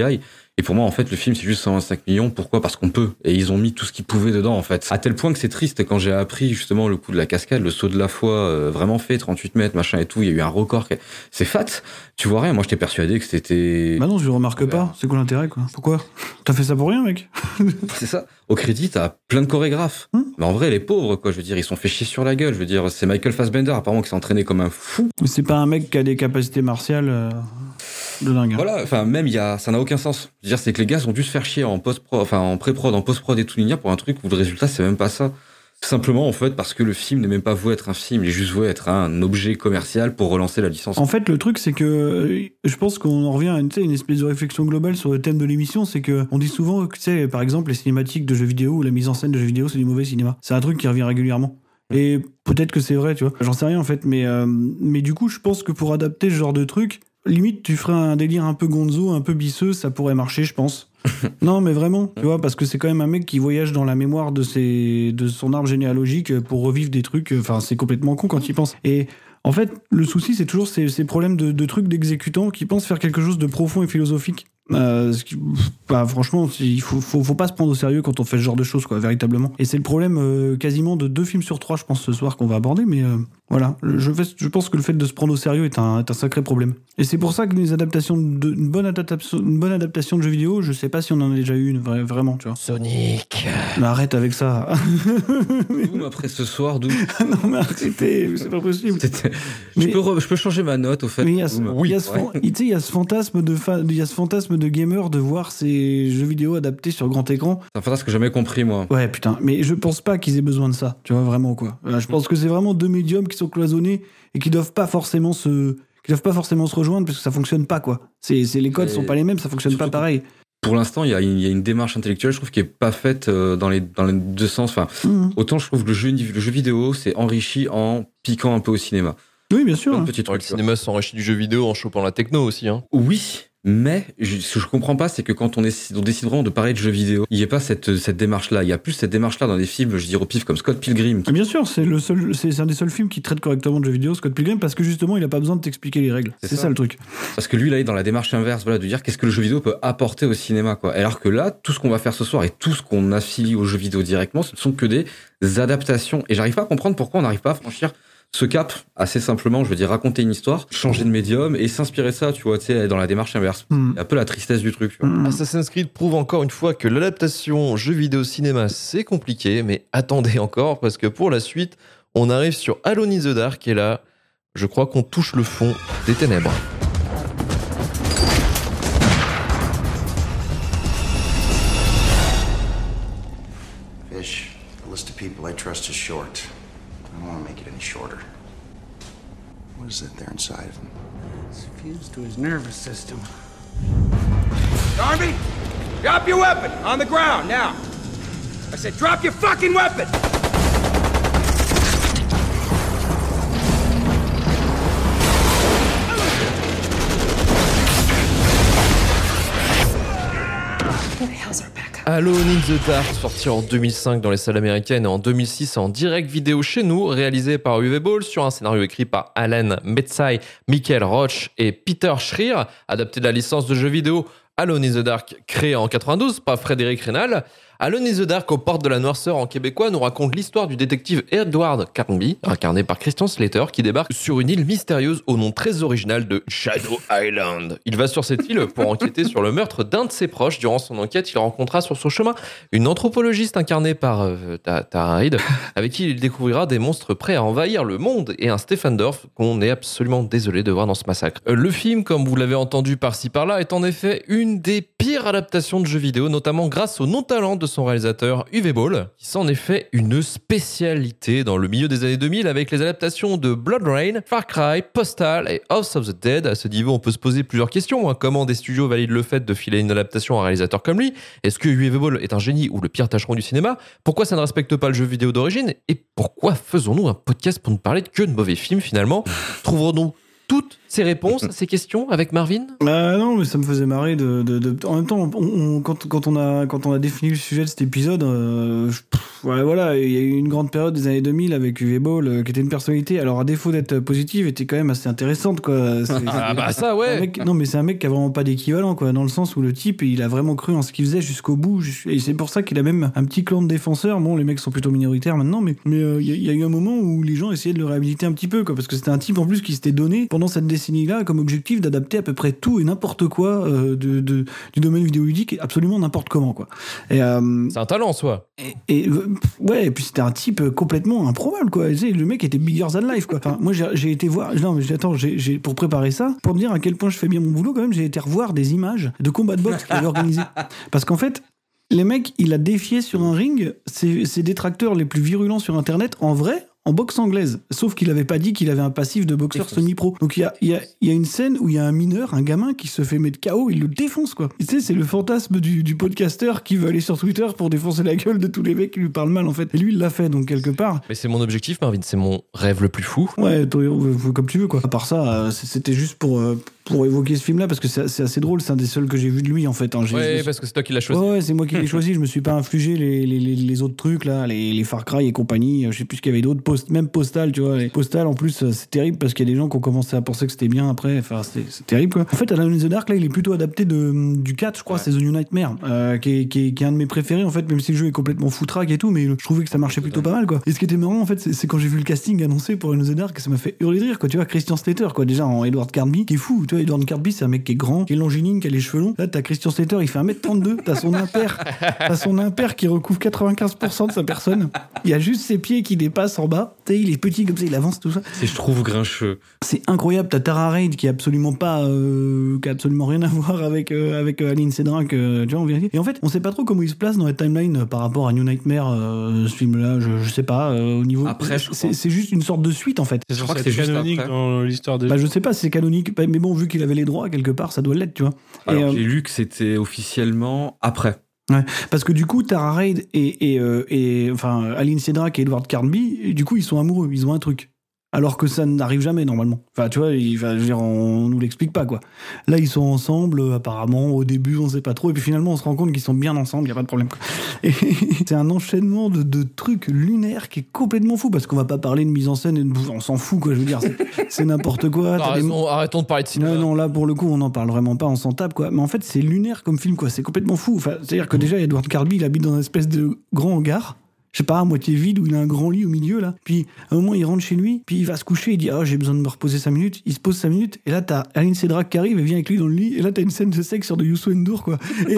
I. Et pour moi, en fait, le film, c'est juste cent vingt-cinq millions. Pourquoi ? Parce qu'on peut. Et ils ont mis tout ce qu'ils pouvaient dedans, en fait. À tel point que c'est triste quand j'ai appris, justement, le coup de la cascade, le saut de la foi, euh, vraiment fait, trente-huit mètres, machin et tout. Il y a eu un record. C'est fat. Tu vois rien. Moi, j'étais persuadé que c'était... Bah non, je le remarque pas. C'est quoi l'intérêt, quoi ? Pourquoi ? T'as fait ça pour rien, mec ? C'est ça. Au crédit, t'as plein de chorégraphes. Hum. Mais en vrai, les pauvres, quoi. Je veux dire, ils sont fait chier sur la gueule. Je veux dire, c'est Michael Fassbender, apparemment, qui s'est entraîné comme un fou. Mais c'est pas un mec qui a des capacités martiales... Euh... de dingue. Voilà, enfin même il y a, ça n'a aucun sens. Je veux dire, c'est que les gars ont dû se faire chier en post pro, enfin en pré-prod, en post-prod et tout linéaire pour un truc où le résultat c'est même pas ça. Simplement en fait parce que le film n'est même pas voué être un film, il est juste voué être un objet commercial pour relancer la licence. En fait, le truc c'est que je pense qu'on en revient à une, une espèce de réflexion globale sur le thème de l'émission, c'est que on dit souvent que tu sais, par exemple les cinématiques de jeux vidéo ou la mise en scène de jeux vidéo c'est du mauvais cinéma. C'est un truc qui revient régulièrement. Et peut-être que c'est vrai, tu vois. J'en sais rien en fait, mais euh, mais du coup je pense que pour adapter ce genre de truc, limite, tu ferais un délire un peu gonzo, un peu bisseux, ça pourrait marcher, je pense. Non, mais vraiment, tu vois, parce que c'est quand même un mec qui voyage dans la mémoire de, ses, de son arbre généalogique pour revivre des trucs. Enfin, c'est complètement con quand il pense. Et en fait, le souci, c'est toujours ces, ces problèmes de, de trucs d'exécutants qui pensent faire quelque chose de profond et philosophique. Euh, ce qui, bah, franchement, il faut, faut, faut pas se prendre au sérieux quand on fait ce genre de choses, quoi, véritablement. Et c'est le problème euh, quasiment de deux films sur trois, je pense, ce soir qu'on va aborder, mais euh, voilà. Je, fais, je pense que le fait de se prendre au sérieux est un, est un sacré problème. Et c'est pour ça que les adaptations de, une, bonne adaptation, une bonne adaptation de jeux vidéo, je sais pas si on en a déjà eu une, vraiment, tu vois. Sonic. Mais arrête avec ça. Doom après ce soir, Doom. Non, mais arrêtez, c'est pas possible. Mais, je, peux re, je peux changer ma note, au fait. Mais il y a ce, oui, y a ce, ouais. y a ce fantasme de, fa, y a ce fantasme de gamer de voir ces jeux vidéo adaptés sur grand écran. C'est un fantasme que j'ai jamais compris, moi. Ouais, putain. Mais je pense pas qu'ils aient besoin de ça. Tu vois, vraiment, quoi. Je pense que c'est vraiment deux médiums qui sont cloisonnés et qui doivent pas forcément se, qui doivent pas forcément se rejoindre parce que ça fonctionne pas, quoi. C'est, c'est les codes et sont pas les mêmes, ça fonctionne pas pareil. Pour l'instant, il y, y a une démarche intellectuelle, je trouve, qui est pas faite dans les, dans les deux sens. Enfin, mmh. Autant je trouve que le jeu, le jeu vidéo, c'est enrichi en piquant un peu au cinéma. Oui, bien sûr. Hein. Truc, le cinéma s'enrichit du jeu vidéo en chopant la techno aussi. Hein. Oui. Mais je, ce que je comprends pas, c'est que quand on, est, on décide vraiment de parler de jeux vidéo, il n'y a pas cette, cette démarche-là. Il y a plus cette démarche-là dans des films, je dirais au pif, comme Scott Pilgrim. Bien sûr, c'est, le seul, c'est, c'est un des seuls films qui traite correctement de jeux vidéo, Scott Pilgrim, parce que justement, il a pas besoin de t'expliquer les règles. C'est, c'est ça. ça le truc. Parce que lui, là, il est dans la démarche inverse, voilà, de dire qu'est-ce que le jeu vidéo peut apporter au cinéma, quoi. Alors que là, tout ce qu'on va faire ce soir et tout ce qu'on affilie aux jeux vidéo directement, ce ne sont que des adaptations. Et j'arrive pas à comprendre pourquoi on n'arrive pas à franchir ce cap, assez simplement, je veux dire, raconter une histoire, changer de médium et s'inspirer de ça, tu vois, tu sais, dans la démarche inverse. Mm. Un peu la tristesse du truc. Tu vois. Mm. Assassin's Creed prouve encore une fois que l'adaptation jeux vidéo cinéma, c'est compliqué, mais attendez encore, parce que pour la suite, on arrive sur Alone in the Dark, et là, je crois qu'on touche le fond des ténèbres. Fish, the list of people I trust is short. I don't want to make it any shorter. What is that there inside of him? It's fused to his nervous system. Darby, drop your weapon on the ground now. I said, drop your fucking weapon. Who the hell's our backup? Alone in the Dark, sorti en deux mille cinq dans les salles américaines et en deux mille six en direct vidéo chez nous, réalisé par Uwe Boll sur un scénario écrit par Alan Metzai, Michael Roach et Peter Schreier, adapté de la licence de jeu vidéo Alone in the Dark, créé en quatre-vingt-douze par Frédéric Reynal. Alone in the Dark, aux portes de la noirceur en québécois, nous raconte l'histoire du détective Edward Carnby, incarné par Christian Slater, qui débarque sur une île mystérieuse au nom très original de Shadow Island. Il va sur cette île pour enquêter sur le meurtre d'un de ses proches. Durant son enquête, il rencontrera sur son chemin une anthropologiste incarnée par euh, Tara Reid, avec qui il découvrira des monstres prêts à envahir le monde, et un Stephen Dorff qu'on est absolument désolé de voir dans ce massacre. Le film, comme vous l'avez entendu par-ci par-là, est en effet une des pires adaptations de jeux vidéo, notamment grâce au non-talent de son réalisateur Uwe Boll, qui s'en est fait une spécialité dans le milieu des années deux mille avec les adaptations de Blood Rain, Far Cry, Postal et House of the Dead. À ce niveau, on peut se poser plusieurs questions. Hein. Comment des studios valident le fait de filer une adaptation à un réalisateur comme lui? Est-ce que Uwe Boll est un génie ou le pire tâcheron du cinéma? Pourquoi ça ne respecte pas le jeu vidéo d'origine? Et pourquoi faisons-nous un podcast pour ne parler que de mauvais films finalement? Trouverons-nous toutes ces réponses à ces questions avec Marvin? Bah non, mais ça me faisait marrer de. de, de... En même temps, on, on, quand, quand, on a, quand on a défini le sujet de cet épisode, euh, je, pff, ouais, voilà, il y a eu une grande période des années deux mille avec U V Ball, euh, qui était une personnalité, alors à défaut d'être positive, était quand même assez intéressante, quoi. C'est, ah bah ça, ouais. Mec, non, mais c'est un mec qui a vraiment pas d'équivalent, quoi, dans le sens où le type, il a vraiment cru en ce qu'il faisait jusqu'au bout, et c'est pour ça qu'il a même un petit clan de défenseurs. Bon, les mecs sont plutôt minoritaires maintenant, mais il mais, euh, y, y a eu un moment où les gens essayaient de le réhabiliter un petit peu, quoi, parce que c'était un type en plus qui s'était donné pendant cette décennie-là comme objectif d'adapter à peu près tout et n'importe quoi euh, de, de, du domaine vidéoludique, absolument n'importe comment, quoi. Et, euh, c'est un talent en soi. Et, et ouais, et puis c'était un type complètement improbable, quoi. Tu sais, le mec était bigger than life, quoi. Enfin, moi j'ai, j'ai été voir, non mais attends, j'ai, j'ai, pour préparer ça, pour me dire à quel point je fais bien mon boulot, quand même, j'ai été revoir des images de combats de boxe qu'il avait organisé. Parce qu'en fait, les mecs, il a défié sur un ring ses, ses détracteurs les plus virulents sur Internet, en vrai, en boxe anglaise. Sauf qu'il avait pas dit qu'il avait un passif de boxeur défonce. Semi-pro. Donc il y a, y, a, y a une scène où il y a un mineur, un gamin qui se fait mettre K O, il le défonce, quoi. Et tu sais, c'est le fantasme du, du podcasteur qui veut aller sur Twitter pour défoncer la gueule de tous les mecs qui lui parlent mal, en fait. Et lui, il l'a fait, donc quelque part. Mais c'est mon objectif, Marvin, c'est mon rêve le plus fou. Ouais, comme tu veux, quoi. À part ça, c'était juste pour... pour évoquer ce film-là, parce que c'est, c'est assez drôle, c'est un des seuls que j'ai vu de lui, en fait. Hein. J'ai, ouais, suis... parce que c'est toi qui l'as choisi. Ouais, ouais, c'est moi qui l'ai choisi, je me suis pas infligé les, les, les, les autres trucs, là, les, les Far Cry et compagnie, je sais plus ce qu'il y avait d'autres, Post, même Postal, tu vois, les Postal, en plus, c'est terrible, parce qu'il y a des gens qui ont commencé à penser que c'était bien après, enfin, c'est, c'est terrible, quoi. En fait, Alone in the Dark, là, il est plutôt adapté de, du quatre, je crois, ouais. C'est The New Nightmare, euh, qui, est, qui, est, qui est un de mes préférés, en fait, même si le jeu est complètement foutraque et tout, mais je trouvais que ça marchait plutôt pas mal, quoi. Et ce qui était marrant, en fait, c'est, c'est quand j'ai vu le casting annoncé pour Alone in the Dark, ça m'a fait hurler de rire, quoi, tu vois, Christian Slater, quoi, déjà, en Edward Carnby, qui est fou, tu vois, Edward Carnby, c'est un mec qui est grand, qui est longiligne, qui a les cheveux longs. Là, t'as Christian Slater, il fait un mètre trente-deux, t'as son impair, t'as son impair qui recouvre quatre-vingt-quinze pour cent de sa personne. Il y a juste ses pieds qui dépassent en bas. Tu sais, il est petit comme ça, il avance tout ça. C'est, je trouve, grincheux. C'est incroyable. T'as Tara Reid qui est absolument pas, euh, qui a absolument rien à voir avec euh, avec euh, Aline Cédric, euh, tu vois, en vérité. Et en fait, on sait pas trop comment il se place dans la timeline euh, par rapport à New Nightmare, euh, ce film-là. Je, je sais pas euh, au niveau. Après, je c'est, c'est juste une sorte de suite, en fait. C'est je crois que c'est canonique dans l'histoire de. Bah, je sais pas si c'est canonique, mais bon, vu qu'il avait les droits quelque part, ça doit l'être, tu vois. Alors, et, euh, j'ai lu que c'était officiellement après. Ouais, parce que du coup, Tara Reid et, et, euh, et enfin, Aline Cédric et Edward Carnby, et du coup, ils sont amoureux, ils ont un truc. Alors que ça n'arrive jamais, normalement. Enfin, tu vois, il, enfin, je veux dire, on nous l'explique pas, quoi. Là, ils sont ensemble, apparemment, au début, on sait pas trop, et puis finalement, on se rend compte qu'ils sont bien ensemble, y a pas de problème, quoi. Et c'est un enchaînement de, de trucs lunaires qui est complètement fou, parce qu'on va pas parler de mise en scène, et de, on s'en fout, quoi, je veux dire, c'est, c'est n'importe quoi. Non, raison, des... Arrêtons de parler de cinéma. Non, non, là, pour le coup, on n'en parle vraiment pas, on s'en tape, quoi. Mais en fait, c'est lunaire comme film, quoi, c'est complètement fou. Enfin, c'est-à-dire que déjà, Edward Carnby, il habite dans une espèce de grand hangar, je sais pas, à moitié vide, où il a un grand lit au milieu, là. Puis, à un moment, il rentre chez lui, puis il va se coucher, il dit « Ah, j'ai besoin de me reposer cinq minutes ». Il se pose cinq minutes, et là, t'as Aline Cédric qui arrive et vient avec lui dans le lit, et là, t'as une scène de sexe sur de Youssou N'Dour, quoi. Et, et,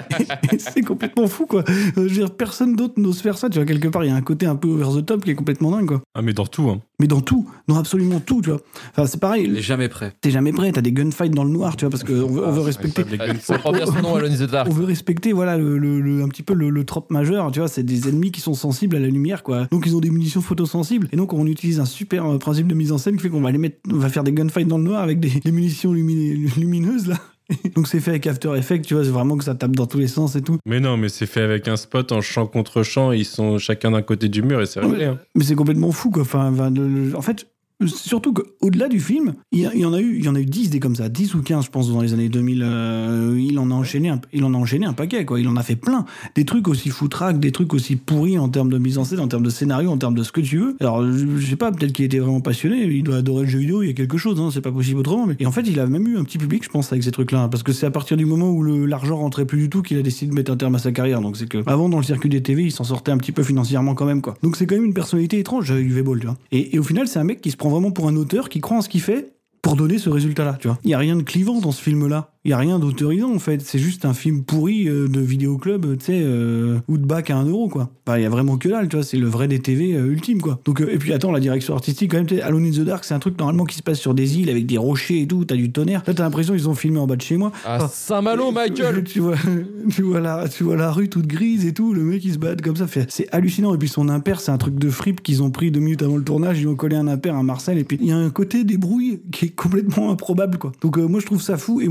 et c'est complètement fou, quoi. Je veux dire, personne d'autre n'ose faire ça, tu vois, quelque part, il y a un côté un peu over the top qui est complètement dingue, quoi. Ah, mais dans tout, hein. Mais dans tout, dans absolument tout, tu vois. Enfin, c'est pareil. T'es jamais prêt. T'es jamais prêt, t'as des gunfights dans le noir, tu vois, parce qu'on veut, on veut respecter... Ça prend bien son nom, Alone in the Dark. On veut respecter, voilà, le, le, le, un petit peu le, le trope majeur, tu vois, c'est des ennemis qui sont sensibles à la lumière, quoi. Donc ils ont des munitions photosensibles, et donc on utilise un super euh, principe de mise en scène qui fait qu'on va les mettre, on va faire des gunfights dans le noir avec des, des munitions lumi- lumineuses, là. Donc c'est fait avec After Effects, tu vois, c'est vraiment que ça tape dans tous les sens et tout. Mais non, mais c'est fait avec un spot en champ contre champ, ils sont chacun d'un côté du mur et c'est réglé. Hein. Mais c'est complètement fou, quoi. Enfin, le, le, en fait... Surtout qu'au-delà du film, il y, il y en a eu, il y en a eu dix des comme ça, dix ou quinze, je pense, dans les années deux mille. Euh, il en a enchaîné, un, il en a enchaîné un paquet, quoi. Il en a fait plein. Des trucs aussi foutraques, des trucs aussi pourris en termes de mise en scène, en termes de scénario, en termes de ce que tu veux. Alors, je, je sais pas, peut-être qu'il était vraiment passionné, il doit adorer le jeu vidéo, il y a quelque chose, hein, c'est pas possible autrement. Mais... Et en fait, il a même eu un petit public, je pense, avec ces trucs-là, parce que c'est à partir du moment où le, l'argent rentrait plus du tout qu'il a décidé de mettre un terme à sa carrière. Donc c'est que avant, dans le circuit des T V, il s'en sortait un petit peu financièrement quand même, quoi. Donc c'est quand même une personnalité étrange, U V Ball, tu vois. Et, et au final, c'est un mec qui se prend vraiment pour un auteur qui croit en ce qu'il fait pour donner ce résultat-là, tu vois. Il y a rien de clivant dans ce film-là. Il y a rien d'autorisant, en fait. C'est juste un film pourri euh, de vidéoclub, tu sais, euh, ou de bac à un euro, quoi. Bah, il y a vraiment que dalle, tu vois. C'est le vrai des T V euh, ultime, quoi. Donc, euh, et puis, attends, la direction artistique, quand même, tu sais, Alone in the Dark, c'est un truc normalement qui se passe sur des îles avec des rochers et tout. T'as du tonnerre. Là, t'as l'impression qu'ils ont filmé en bas de chez moi. Ah, enfin, Saint-Malo, ma gueule. Tu vois, tu vois la, tu vois la rue toute grise et tout. Le mec, il se bat comme ça. Fait, c'est hallucinant. Et puis, son impair, c'est un truc de fripe qu'ils ont pris deux minutes avant le tournage. Ils ont collé un impair à Marcel. Et puis, il y a un côté débrouille qui est complètement improbable, quoi. Donc, euh, moi, je trouve ça fou. Et moi, je trouve ça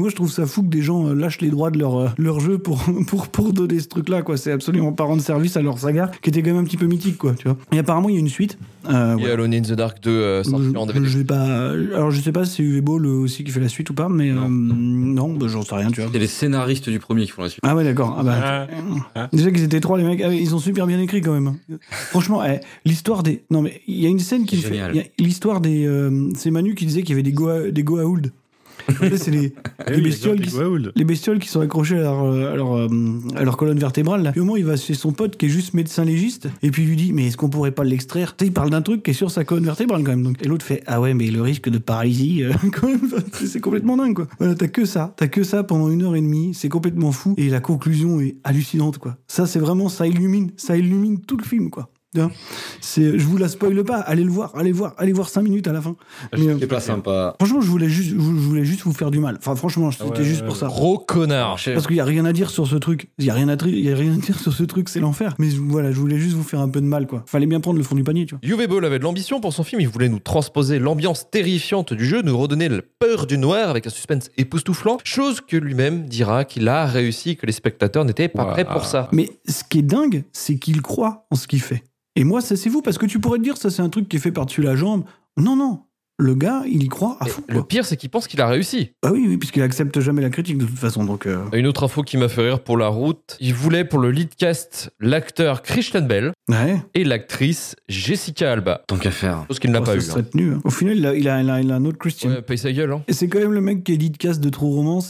fou que des gens euh, lâchent les droits de leur, euh, leur jeu pour, pour, pour donner ce truc-là, quoi. C'est absolument pas rendre service à leur saga, qui était quand même un petit peu mythique, quoi, tu vois. Et apparemment, il y a une suite. Euh, Et voilà. Alone in the Dark deux euh, sorti en D V D. Je sais pas. Alors, je sais pas si c'est U V Ball aussi qui fait la suite ou pas, mais non, euh, non bah, j'en sais rien, tu vois. C'est les scénaristes du premier qui font la suite. Ah ouais, d'accord. Ah bah, Ah, ah. Déjà qu'ils étaient trois, les mecs. Ah, ils ont super bien écrit quand même. Franchement, eh, l'histoire des. Non, mais il y a une scène qui me C'est fait. génial. il y a L'histoire des. Euh, c'est Manu qui disait qu'il y avait des Goa, des Goa'uld. En fait, c'est les, Eh les oui, bestioles les qui, Goa'uld. les bestioles qui sont accrochées à leur, à leur, euh, à leur colonne vertébrale. Là. Et au moment, il va chez son pote qui est juste médecin légiste, et puis il lui dit, mais est-ce qu'on pourrait pas l'extraire? Tu sais, il parle d'un truc qui est sur sa colonne vertébrale quand même. Donc, et l'autre fait, ah ouais, mais le risque de paralysie, euh, quand même, c'est, c'est complètement dingue, quoi. Voilà, t'as que ça, t'as que ça pendant une heure et demie, c'est complètement fou, et la conclusion est hallucinante, quoi. Ça, c'est vraiment, ça illumine, ça illumine tout le film, quoi. C'est, je vous la spoile pas, allez le voir, allez voir, allez voir cinq minutes à la fin. Mais, euh, C'est pas sympa. franchement, je voulais juste, je voulais juste vous faire du mal. Enfin, franchement, c'était ouais, juste ouais, pour ouais. ça. Gros connard. Parce qu'il y a rien à dire sur ce truc. Il y a rien à, tri- il y a rien à dire sur ce truc, c'est l'enfer. Mais voilà, je voulais juste vous faire un peu de mal, quoi. Fallait bien prendre le fond du panier, tu vois. U V Ball avait de l'ambition pour son film, il voulait nous transposer l'ambiance terrifiante du jeu, nous redonner la peur du noir avec un suspense époustouflant, chose que lui-même dira qu'il a réussi, que les spectateurs n'étaient pas Wow. prêts pour ça. Mais ce qui est dingue, c'est qu'il croit en ce qu'il fait. Et moi, ça c'est vous, parce que tu pourrais te dire, ça c'est un truc qui est fait par-dessus la jambe. Non, non. Le gars, il y croit à Et fond. le Quoi. pire, c'est qu'il pense qu'il a réussi. Ah oui, oui, puisqu'il accepte jamais la critique de toute façon. Donc, euh... Une autre info qui m'a fait rire pour la route, il voulait pour le lead cast l'acteur Christian Bale ouais. et l'actrice Jessica Alba. Tant qu'à faire. Chose qu'il n'a Oh, pas ça eu. serait Hein. tenu. Hein. Au final, il a, il, a, il, a, il a un autre Christian. Ouais, paye sa gueule. Hein. Et c'est quand même le mec qui est dit de casse de True Romance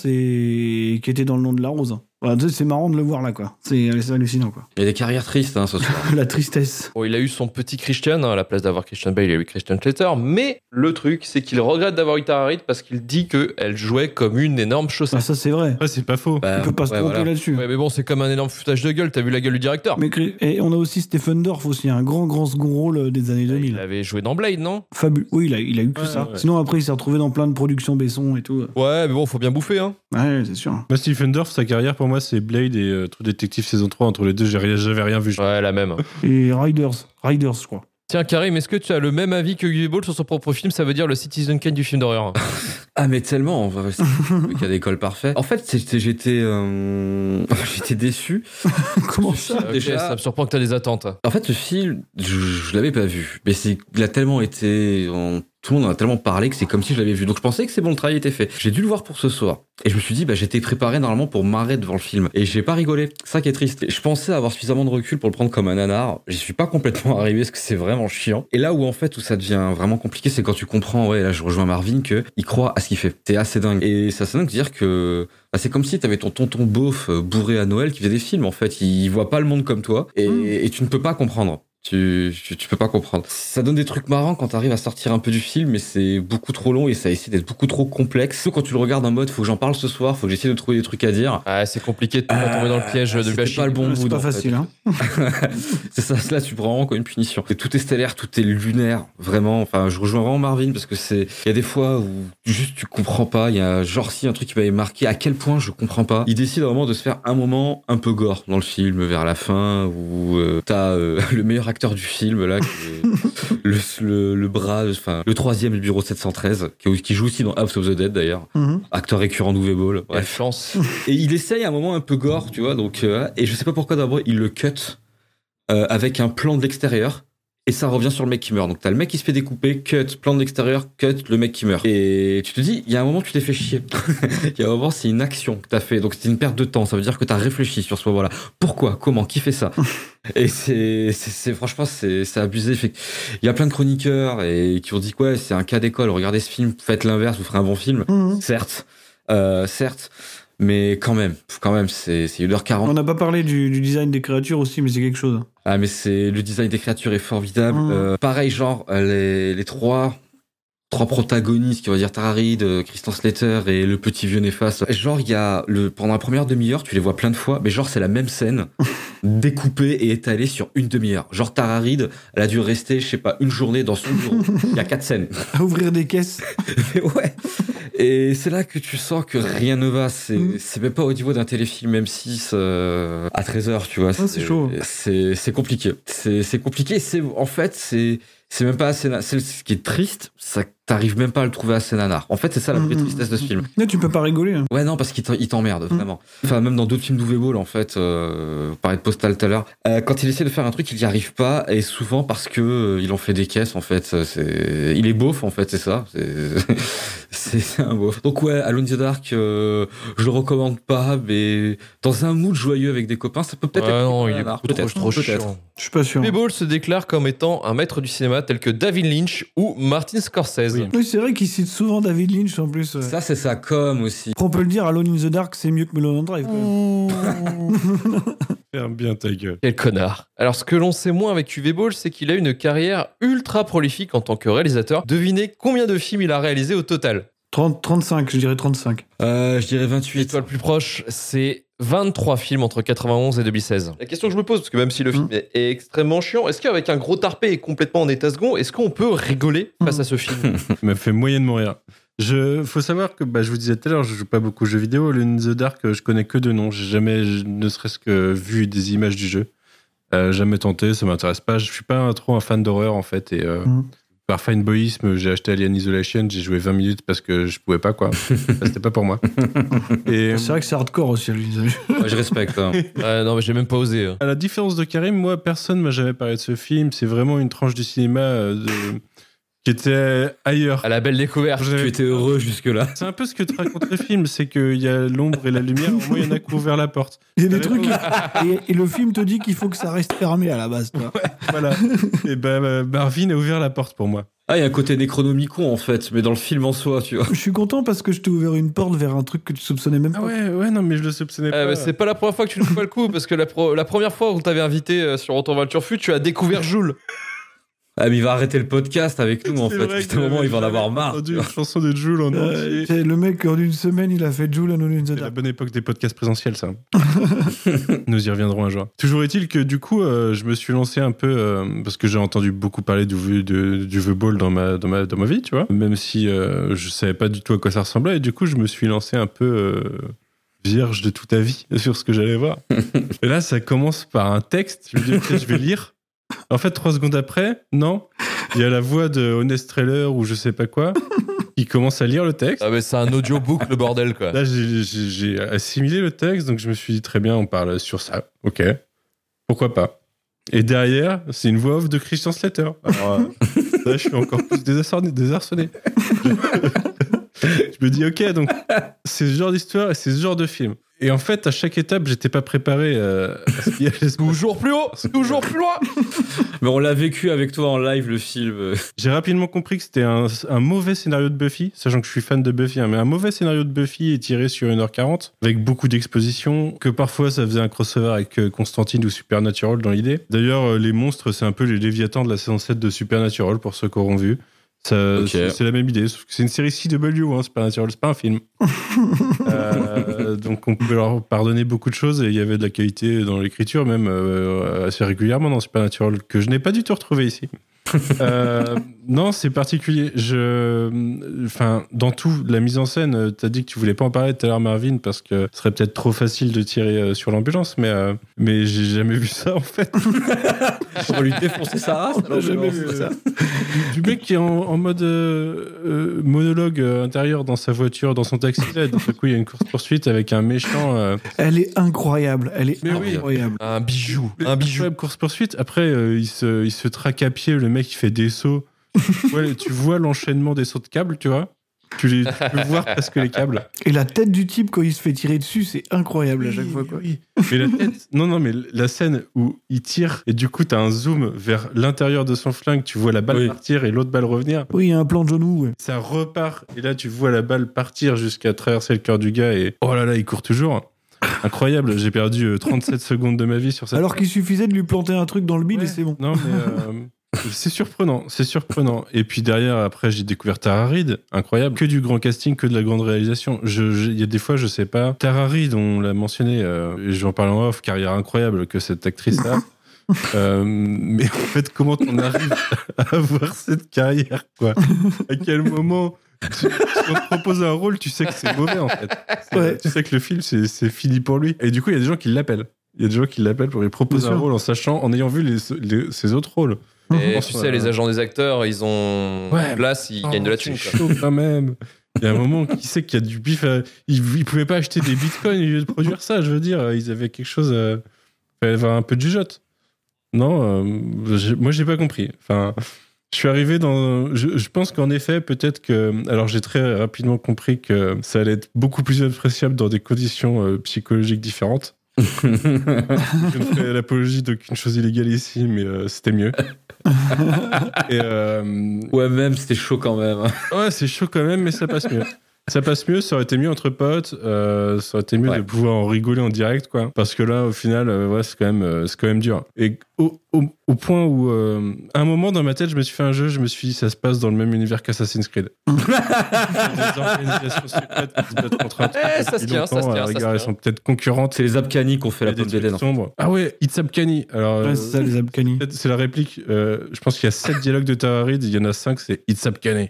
et qui était dans Le Nom de la Rose. Voilà, tu sais, c'est marrant de le voir là, quoi. C'est, c'est hallucinant, quoi. Il y a des carrières tristes hein, ce soir. La tristesse. Bon, il a eu son petit Christian, hein, à la place d'avoir Christian Bale, il a eu Christian Slater, mais le truc, c'est qu'il regrette d'avoir eu Tara Reid parce qu'il dit qu'elle jouait comme une énorme Ah, chaussette. ça, c'est vrai. Ouais, c'est pas faux. Bah, On peut pas se ouais, tromper voilà. là-dessus. Ouais, mais bon, c'est comme un énorme foutage de gueule, t'as vu la gueule du directeur. Mais, et on a aussi Stephen Dorff, aussi, un grand, grand second rôle des années deux mille. Il avait joué dans Blade, non? Fabuleux. Oui, il a, il a eu que Ouais, ça. ouais. Sinon, après, il s'est retrouvé dans plein de productions Besson et tout. Ouais, mais bon, faut bien bouffer, hein. Ouais, c'est sûr. Moi, Stephen Dorff, sa carrière pour moi, c'est Blade et euh, True Detective saison trois. Entre les deux, j'ai rien- j'avais rien vu. Ouais, la même. Et Riders. Riders, je crois. Tiens, Karim, est-ce que tu as le même avis que U V Ball sur son propre film? Ça veut dire le Citizen Kane du film d'horreur. Ah mais tellement, en vrai, c'est le cas d'école parfait. En fait, c'était- j'étais euh, j'étais déçu. Comment Ce ça film, Ok, déjà, ça me surprend que t'as des attentes. En fait, ce film, je, je l'avais pas vu, mais c'est, il a tellement été, en- tout le monde en a tellement parlé que c'est comme si je l'avais vu. Donc je pensais que c'est bon, le travail était fait. J'ai dû le voir pour ce soir, et je me suis dit, bah j'étais préparé normalement pour marrer devant le film, et j'ai pas rigolé. C'est ça qui est triste. Je pensais avoir suffisamment de recul pour le prendre comme un nanar. J'y suis pas complètement arrivé parce que c'est vraiment chiant. Et là où en fait où ça devient vraiment compliqué, c'est quand tu comprends, ouais, là je rejoins Marvin, que il croit à ce qu'il fait. C'est assez dingue. Et c'est assez dingue de dire que bah, c'est comme si t'avais ton tonton beauf euh, bourré à Noël qui faisait des films. En fait, il voit pas le monde comme toi, et, Mm. et tu ne peux pas comprendre. Tu, tu, tu peux pas comprendre. Ça donne des trucs marrants quand t'arrives à sortir un peu du film, mais c'est beaucoup trop long et ça essaie d'être beaucoup trop complexe. Surtout quand tu le regardes en mode, faut que j'en parle ce soir, faut que j'essaie de trouver des trucs à dire. Ouais, c'est compliqué de pas tomber dans le piège de C'était Bachir. pas le bon C'est mood, pas en fait. facile, hein. C'est ça, là tu prends vraiment comme une punition. Et tout est stellaire, tout est lunaire, vraiment. Enfin, je rejoins vraiment Marvin parce que c'est, il y a des fois où juste tu comprends pas. Il y a genre si un truc qui m'avait marqué, à quel point je comprends pas. Il décide vraiment de se faire un moment un peu gore dans le film vers la fin où euh, t'as euh, le meilleur acteur du film là, qui est le, le, le bras, enfin le troisième du bureau sept cent treize, qui, qui joue aussi dans House of the Dead d'ailleurs, Mhm. acteur récurrent d'U V Ball. Bref, Bref. chance. Et il essaye un moment un peu gore, tu vois, donc, euh, et je sais pas pourquoi d'abord il le cut euh, avec un plan de l'extérieur, et ça revient sur le mec qui meurt. Donc t'as le mec qui se fait découper, cut, plan de l'extérieur, cut, le mec qui meurt. Et tu te dis, il y a un moment tu t'es fait chier. Il y a un moment c'est une action que t'as fait, donc c'est une perte de temps, ça veut dire que t'as réfléchi sur ce moment-là. Pourquoi, comment, qui fait ça? Et c'est, c'est, c'est franchement, c'est, c'est abusé. Fait que il y a plein de chroniqueurs et qui ont dit quoi, ouais, c'est un cas d'école, regardez ce film, faites l'inverse, vous ferez un bon film. Mhm. Certes, euh, certes. Mais quand même, quand même, c'est, c'est une heure quarante. On n'a pas parlé du, du design des créatures aussi, mais c'est quelque chose. Ah, mais c'est, le design des créatures est formidable. Mmh. Euh, pareil, genre, euh, les, les trois, trois protagonistes, qui va dire Tara Reid, euh, Christian Slater et le petit vieux néfaste. Genre, il y a le, pendant la première demi-heure, tu les vois plein de fois, mais genre, c'est la même scène, découpée et étalée sur une demi-heure. Genre, Tara Reid, elle a dû rester, je sais pas, une journée dans son bureau. Il y a quatre scènes. À ouvrir des caisses. Mais ouais. Et c'est là que tu sens que rien ne va. C'est, Mm. c'est même pas au niveau d'un téléfilm M six euh, à treize heures, tu vois. Ah, c'est chaud. C'est, c'est compliqué. C'est, c'est compliqué. C'est, en fait, c'est, c'est même pas assez. C'est ce qui est triste, ça t'arrives même pas à le trouver assez nanar. En fait, c'est ça la vraie tristesse de ce film. Mais tu peux pas rigoler. Hein. Ouais, non, parce qu'il t'emmerde, vraiment. Enfin, même dans d'autres films d'Uwe Boll, en fait, euh, on parlait de Postal tout à l'heure, euh, quand il essaie de faire un truc, il y arrive pas, et souvent parce que euh, il en fait des caisses, en fait. C'est... Il est beauf, en fait, c'est ça. C'est, c'est un beauf. Donc ouais, Alone in the Dark, euh, je le recommande pas, mais dans un mood joyeux avec des copains, ça peut peut-être ouais, être... non, il est nanar, peut-être trop, trop chiant. Je suis pas sûr. Uwe Boll se déclare comme étant un maître du cinéma tel que David Lynch ou Martin Scorsese. Oui, oui c'est vrai qu'il cite souvent David Lynch en plus. Ouais. Ça, c'est sa com aussi. On peut le dire, Alone in the Dark, c'est mieux que Mulholland Drive. Ferme bien ta gueule. Quel connard. Alors, ce que l'on sait moins avec Uwe Boll, c'est qu'il a une carrière ultra prolifique en tant que réalisateur. Devinez combien de films il a réalisé au total ? trente, trente-cinq, je dirais trente-cinq. Euh, je dirais vingt-huit. Et toi, le plus proche, c'est vingt-trois films entre quatre-vingt-onze et deux mille seize. La question que je me pose, parce que même si le film mmh. est, est extrêmement chiant, est-ce qu'avec un gros tarpé et complètement en état second, est-ce qu'on peut rigoler face mmh. à ce film ? Ça m'a fait moyennement rire. Je, faut savoir que, bah, je vous disais tout à l'heure, je joue pas beaucoup aux jeux vidéo. Alone in the Dark, je connais que deux noms. J'ai jamais, ne serait-ce que vu des images du jeu. Euh, jamais tenté, ça m'intéresse pas. Je suis pas trop un fan d'horreur, en fait. Et, euh, mmh. par fanboyisme, j'ai acheté Alien Isolation, j'ai joué vingt minutes parce que je pouvais pas, quoi. C'était pas pour moi. Et... C'est vrai que c'est hardcore aussi, Alien Isolation. Ouais, je respecte. Hein. euh, non, mais j'ai même pas osé. Hein. À la différence de Karim, moi, personne m'a jamais parlé de ce film. C'est vraiment une tranche du cinéma euh, de... qui était ailleurs. À la belle découverte. J'avais... Tu étais heureux jusque-là. C'est un peu ce que te raconte le film, c'est qu'il y a l'ombre et la lumière. Au moins, il y en a qui ont ouvert la porte. Il y a des trucs. et, et le film te dit qu'il faut que ça reste fermé à la base. Toi. Ouais, voilà. Et ben, bah, Marvin a ouvert la porte pour moi. Ah, il y a un côté Necronomicon, en fait, mais dans le film en soi, tu vois. Je suis content parce que je t'ai ouvert une porte vers un truc que tu soupçonnais même pas. Ah ouais, ouais, non, mais je le soupçonnais pas. Euh, c'est pas la première fois que tu nous fais le coup, parce que la, pro- la première fois où on t'avait invité sur Retour vers le Turfu, tu as découvert Joule. Ah, mais il va arrêter le podcast avec nous, en fait. À un moment, il va en avoir marre. Une chanson de Joule en euh, entier. Le mec, en une semaine, il a fait Joule à No in the Dark. C'est la bonne époque des podcasts présentiels, ça. Nous y reviendrons un jour. Toujours est-il que, du coup, euh, je me suis lancé un peu, euh, parce que j'ai entendu beaucoup parler du, du, du Uwe Boll dans ma, dans, ma, dans ma vie, tu vois. Même si euh, je savais pas du tout à quoi ça ressemblait. Et du coup, je me suis lancé un peu... Euh, vierge de toute avis sur ce que j'allais voir. Et là, ça commence par un texte. Je me dis, ok, je vais lire. En fait, trois secondes après, non, il y a la voix de Honest Trailer ou je sais pas quoi qui commence à lire le texte. Ah mais c'est un audiobook, le bordel, quoi. Là, j'ai, j'ai, j'ai assimilé le texte, donc je me suis dit, très bien, on parle sur ça. Ok, pourquoi pas. Et derrière, c'est une voix off de Christian Slater. Alors euh, là, je suis encore plus désarçonné. désarçonné. Je me dis, ok, donc c'est ce genre d'histoire et c'est ce genre de film. Et en fait, à chaque étape, j'étais pas préparé euh, à ce qu'il y allait se toujours plus haut, toujours plus loin. Mais on l'a vécu avec toi en live, le film. J'ai rapidement compris que c'était un, un mauvais scénario de Buffy, sachant que je suis fan de Buffy, hein, mais un mauvais scénario de Buffy étiré sur une heure quarante, avec beaucoup d'expositions, que parfois ça faisait un crossover avec Constantine ou Supernatural dans l'idée. D'ailleurs, les monstres, c'est un peu les Léviathans de la saison sept de Supernatural, pour ceux qui auront vu. Ça, okay. c'est, c'est la même idée, sauf que c'est une série C W, hein, Supernatural, c'est pas un film. euh, donc on pouvait leur pardonner beaucoup de choses et il y avait de la qualité dans l'écriture, même euh, assez régulièrement dans Supernatural, que je n'ai pas du tout retrouvé ici. euh, non, c'est particulier. Je, enfin, dans tout, la mise en scène, t'as dit que tu voulais pas en parler tout à l'heure, Marvin, parce que ce serait peut-être trop facile de tirer euh, sur l'ambulance, mais euh, mais j'ai jamais vu ça en fait. On va lui défoncer sa race. J'ai jamais vu ça. Du, du mec qui est en, en mode euh, euh, monologue euh, intérieur dans sa voiture, dans son taxi. Là, d'un coup, il y a une course poursuite avec un méchant. Euh... Elle est incroyable. Elle est mais incroyable. Oui. Un bijou. Un bijou. Course poursuite. Après, euh, il se il se traque à pied. Le mec, il fait des sauts. Ouais, tu vois l'enchaînement des sauts de câbles, tu vois. Tu, les, tu peux voir presque les câbles. Et la tête du type quand il se fait tirer dessus, c'est incroyable oui, à chaque fois. Quoi. Oui. Mais la tête, non, non, mais la scène où il tire et du coup t'as un zoom vers l'intérieur de son flingue, tu vois la balle oui. partir et l'autre balle revenir. Oui, il y a un plan de genou. Ouais. Ça repart et là tu vois la balle partir jusqu'à traverser le cœur du gars et oh là là, il court toujours. Incroyable, j'ai perdu trente-sept secondes de ma vie sur ça. Alors qu'il suffisait de lui planter un truc dans le bide ouais. et c'est bon. Non, mais. Euh... C'est surprenant, c'est surprenant. Et puis derrière, après, j'ai découvert Tara Reid, incroyable. Que du grand casting, que de la grande réalisation. Il y a des fois, je sais pas. Tara Reid, on l'a mentionné, euh, et je vais en parler en off, carrière incroyable que cette actrice-là. euh, mais en fait, comment on arrive à avoir cette carrière, quoi? À quel moment si on te propose un rôle, tu sais que c'est mauvais, en fait. Ouais. Tu sais que le film, c'est, c'est fini pour lui. Et du coup, il y a des gens qui l'appellent. Il y a des gens qui l'appellent pour lui proposer un rôle en sachant, en ayant vu les, les, ses autres rôles. Et tu sais, les agents des acteurs, ils ont Ouais, place, ils oh, gagnent de la thune. c'est chaud quand même. Il y a un moment qui sait qu'il y a du bif. à- Ils, ils pouvaient pas acheter des bitcoins au lieu de produire ça. Je veux dire, ils avaient quelque chose. Il fallait avoir un peu de jugeote. Non, euh, j'ai- moi j'ai pas compris. Enfin, je suis arrivé dans. Je, je pense qu'en effet, peut-être que. Alors j'ai très rapidement compris que ça allait être beaucoup plus appréciable dans des conditions euh, psychologiques différentes. Je ne fais l'apologie d'aucune chose illégale ici, mais euh, c'était mieux. Et, euh, Ouais, même, c'était chaud quand même. ouais, c'est chaud quand même, mais ça passe mieux. Ça passe mieux, ça aurait été mieux entre potes, euh, ça aurait été mieux Ouais. de pouvoir en rigoler en direct, quoi. Parce que là, au final, euh, ouais, c'est quand même, euh, c'est quand même dur. Et au, au, au point où, euh, à un moment dans ma tête, je me suis fait un jeu, je me suis dit, ça se passe dans le même univers qu'Assassin's Creed. Des organisations secrètes qui se battent contre un truc Eh, ça se depuis tient, ça se longtemps, à tient, la ça se rigueur, elles tient. sont peut-être concurrentes. C'est les Abkhani qui ont fait Il y la a des pomme trucs d'Eden. sombres. Ah ouais, It's Abkhani. Alors, Ouais, euh, c'est ça, les Abkhani. peut-être c'est la réplique. euh, je pense qu'il y a sept dialogues de Taharid, il y en a cinq, c'est It's Abkhani.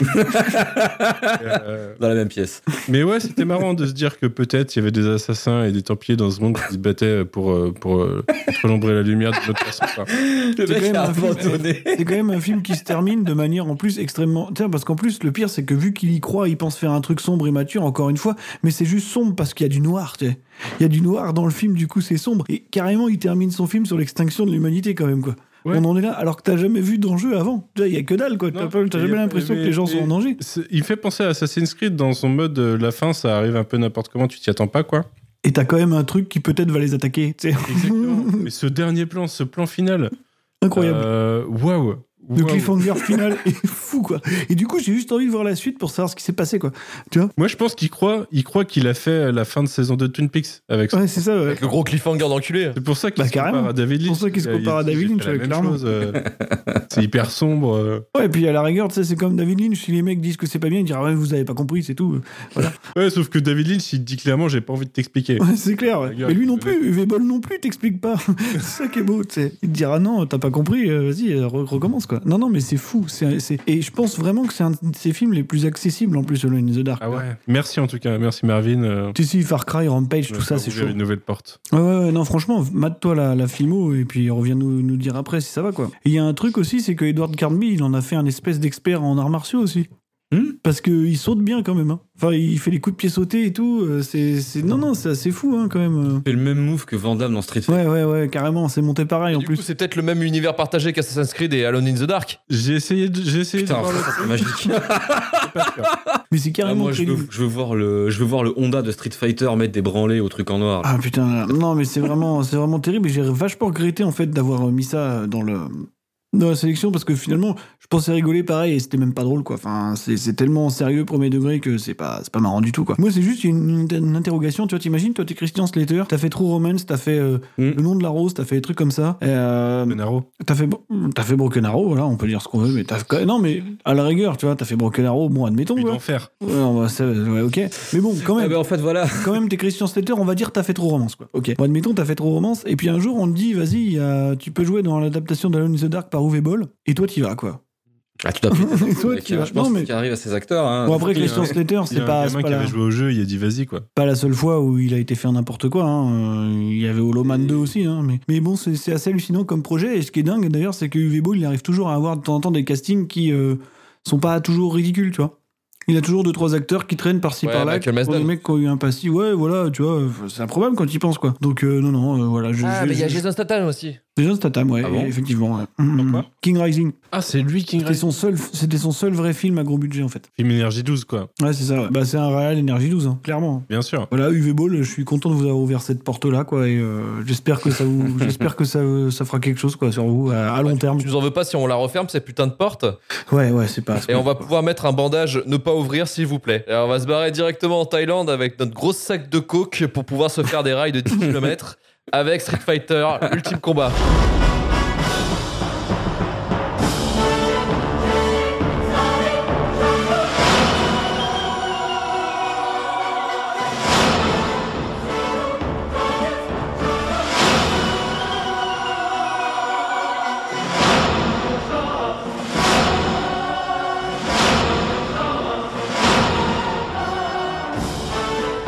euh, Dans la même pièce. mais ouais, c'était marrant de se dire que peut-être il y avait des assassins et des templiers dans ce monde qui se battaient pour, euh, pour euh, contre l'ombre et la lumière de notre façon. Quoi. Le C'est quand, mec même a un film, abandonné. c'est quand même un film qui se termine de manière en plus extrêmement. Tiens, parce qu'en plus, le pire, c'est que vu qu'il y croit, il pense faire un truc sombre et mature, encore une fois, mais c'est juste sombre parce qu'il y a du noir, tu sais. Il y a du noir dans le film, du coup, c'est sombre. Et carrément, il termine son film sur l'extinction de l'humanité, quand même, quoi. Ouais. On en est là, alors que t'as jamais vu d'enjeu avant. Tu vois, il y a que dalle, quoi. T'as Non, pas- t'as mais- jamais l'impression mais- que les gens mais- sont en danger. c'est- Il fait penser à Assassin's Creed dans son mode euh, la fin, ça arrive un peu n'importe comment, tu t'y attends pas, quoi. Et t'as quand même un truc qui peut-être va les attaquer, tu sais. Exactement. Mais ce dernier plan, ce plan final. Incroyable. euh, Waouh! Le Waouh. cliffhanger final est fou, quoi. Et du coup, j'ai juste envie de voir la suite pour savoir ce qui s'est passé, quoi. Tu vois? Moi, je pense qu'il croit, il croit qu'il a fait la fin de saison de Twin Peaks avec ça. Ouais, c'est ça, ouais. Avec le gros cliffhanger d'enculé. C'est pour ça qu'il Bah, se carrément. compare à David Lynch. C'est pour ça qu'il se Il a- compare à il- David il fait Lynch, la ouais, même clairement. chose, euh, c'est hyper sombre. euh. Ouais, et puis à la rigueur, tu sais, c'est comme David Lynch, si les mecs disent que c'est pas bien, ils diront, ah ouais, vous avez pas compris, c'est tout. Voilà. Ouais, sauf que David Lynch, il dit clairement, j'ai pas envie de t'expliquer. Ouais, c'est clair, ouais. Regarde, Mais lui non le plus, Uwe Boll non plus, t'explique pas. C'est ça qui est beau, tu sais. Il te dira, non, t'as pas compris, euh, vas-y, euh, re- recommence, quoi. Non, non, mais c'est fou. C'est, c'est... Et je pense vraiment que c'est un de ces films les plus accessibles, en plus, Alone in the Dark. Ah ouais. Merci en tout cas, merci Marvin. euh, Tu sais, Far Cry, Rampage, de tout ça, faire c'est ouvrir chaud. une nouvelle porte. Ouais, ouais, ouais, non, franchement, mate-toi la, la filmo et puis reviens nous, nous dire après si ça va, quoi. Et il y a un truc aussi, c'est que Edward Carnby, il en a fait un espèce d'expert en arts martiaux aussi. Hmm Parce qu'il saute bien quand même. Hein. Enfin, il fait les coups de pied sautés et tout. euh, C'est, c'est... Non, non, c'est assez fou hein, quand même. C'est le même move que Van Damme dans Street Fighter. Ouais, ouais, ouais, carrément. C'est monté pareil en Du plus. coup, c'est peut-être le même univers partagé qu'Assassin's Creed et Alone in the Dark. J'ai essayé de, j'ai essayé Putain, de voir le c'est magique. c'est pas sûr. Mais c'est Ah, carrément moi, je veux, crédible. je, veux voir le, je veux voir le Honda de Street Fighter mettre des branlées au truc en noir. là. Ah putain, non, mais c'est vraiment, c'est vraiment terrible. Et j'ai vachement regretté en fait d'avoir mis ça dans le. Dans la sélection parce que finalement je pensais rigoler pareil et c'était même pas drôle quoi. Enfin c'est, c'est tellement sérieux premier degré que c'est pas, c'est pas marrant du tout quoi. Moi c'est juste une, une, une interrogation, tu vois, t'imagines toi t'es Christian Slater, t'as fait True Romance, t'as fait euh, Mm. Le Nom de la Rose, t'as fait des trucs comme ça. Et, euh, Benaro. t'as fait t'as fait Broken Arrow, voilà on peut dire ce qu'on veut mais t'as fait- non mais à la rigueur tu vois t'as fait Broken Arrow, bon admettons Puis quoi. d'enfer. Ouais, on va- ça- ouais, ok mais bon quand Ah même bah, en fait, voilà. quand même t'es Christian Slater, on va dire t'as fait Trop Romance quoi. Ok. Bon, admettons t'as fait Trop Romance et puis un jour on te dit vas-y y a- tu peux jouer dans l'adaptation d'Alone in the Dark par Uwe Boll et toi t'y vas quoi. Ah, tout à fait. Toi, Mec, tu hein, vas- je pense non, mais- qu'il arrive à ses acteurs. Hein. Bon après il y a Christian un- Slater Il y c'est a un pas, c'est gamin pas, qui la, avait joué au jeu, il a dit vas-y quoi. pas la seule fois où il a été fait n'importe quoi. Hein. Euh, Il y avait Hollow Man deux aussi. Hein. Mais, mais bon c'est, c'est assez hallucinant comme projet et ce qui est dingue d'ailleurs c'est que Uwe Boll il arrive toujours à avoir de temps en temps des castings qui euh, sont pas toujours ridicules tu vois. Il a toujours deux trois acteurs qui traînent par-ci Ouais, par-là, Michael pour Masden. des mecs qui ont eu un passif. Ouais, voilà, tu vois, c'est improbable quand il pense quoi. Donc euh, non, non, euh, voilà. Je, Ah, je- mais il y a je- Jason Statham aussi. Jason Statham, ouais, Ah bon effectivement. Ouais. Mhm. quoi King Rising. Ah, c'est lui qui C'était son seul, c'était son seul vrai film à gros budget en fait. Film Énergie douze quoi. Ouais, c'est ça. Ouais. Bah c'est un réel Énergie douze, hein, clairement. Bien sûr. Voilà, Uwe Boll, je suis content de vous avoir ouvert cette porte-là, quoi, et euh, j'espère que ça vous, j'espère que ça, ça fera quelque chose, quoi, sur vous à, à long terme. Tu nous en veux pas si on la referme, cette putain de porte. Ouais, ouais, c'est pas. Et on va pouvoir mettre un bandage ne pas ouvrir, s'il vous plaît. Et on va se barrer directement en Thaïlande avec notre gros sac de coke pour pouvoir se faire des rails de dix kilomètres avec Street Fighter Ultime Combat.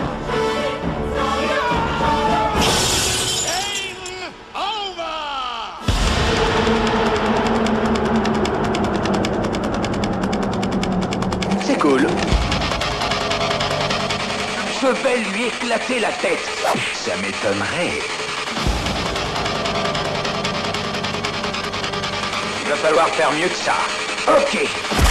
Over! Je vais lui éclater la tête. Ça m'étonnerait. Il va falloir faire mieux que ça. Ok.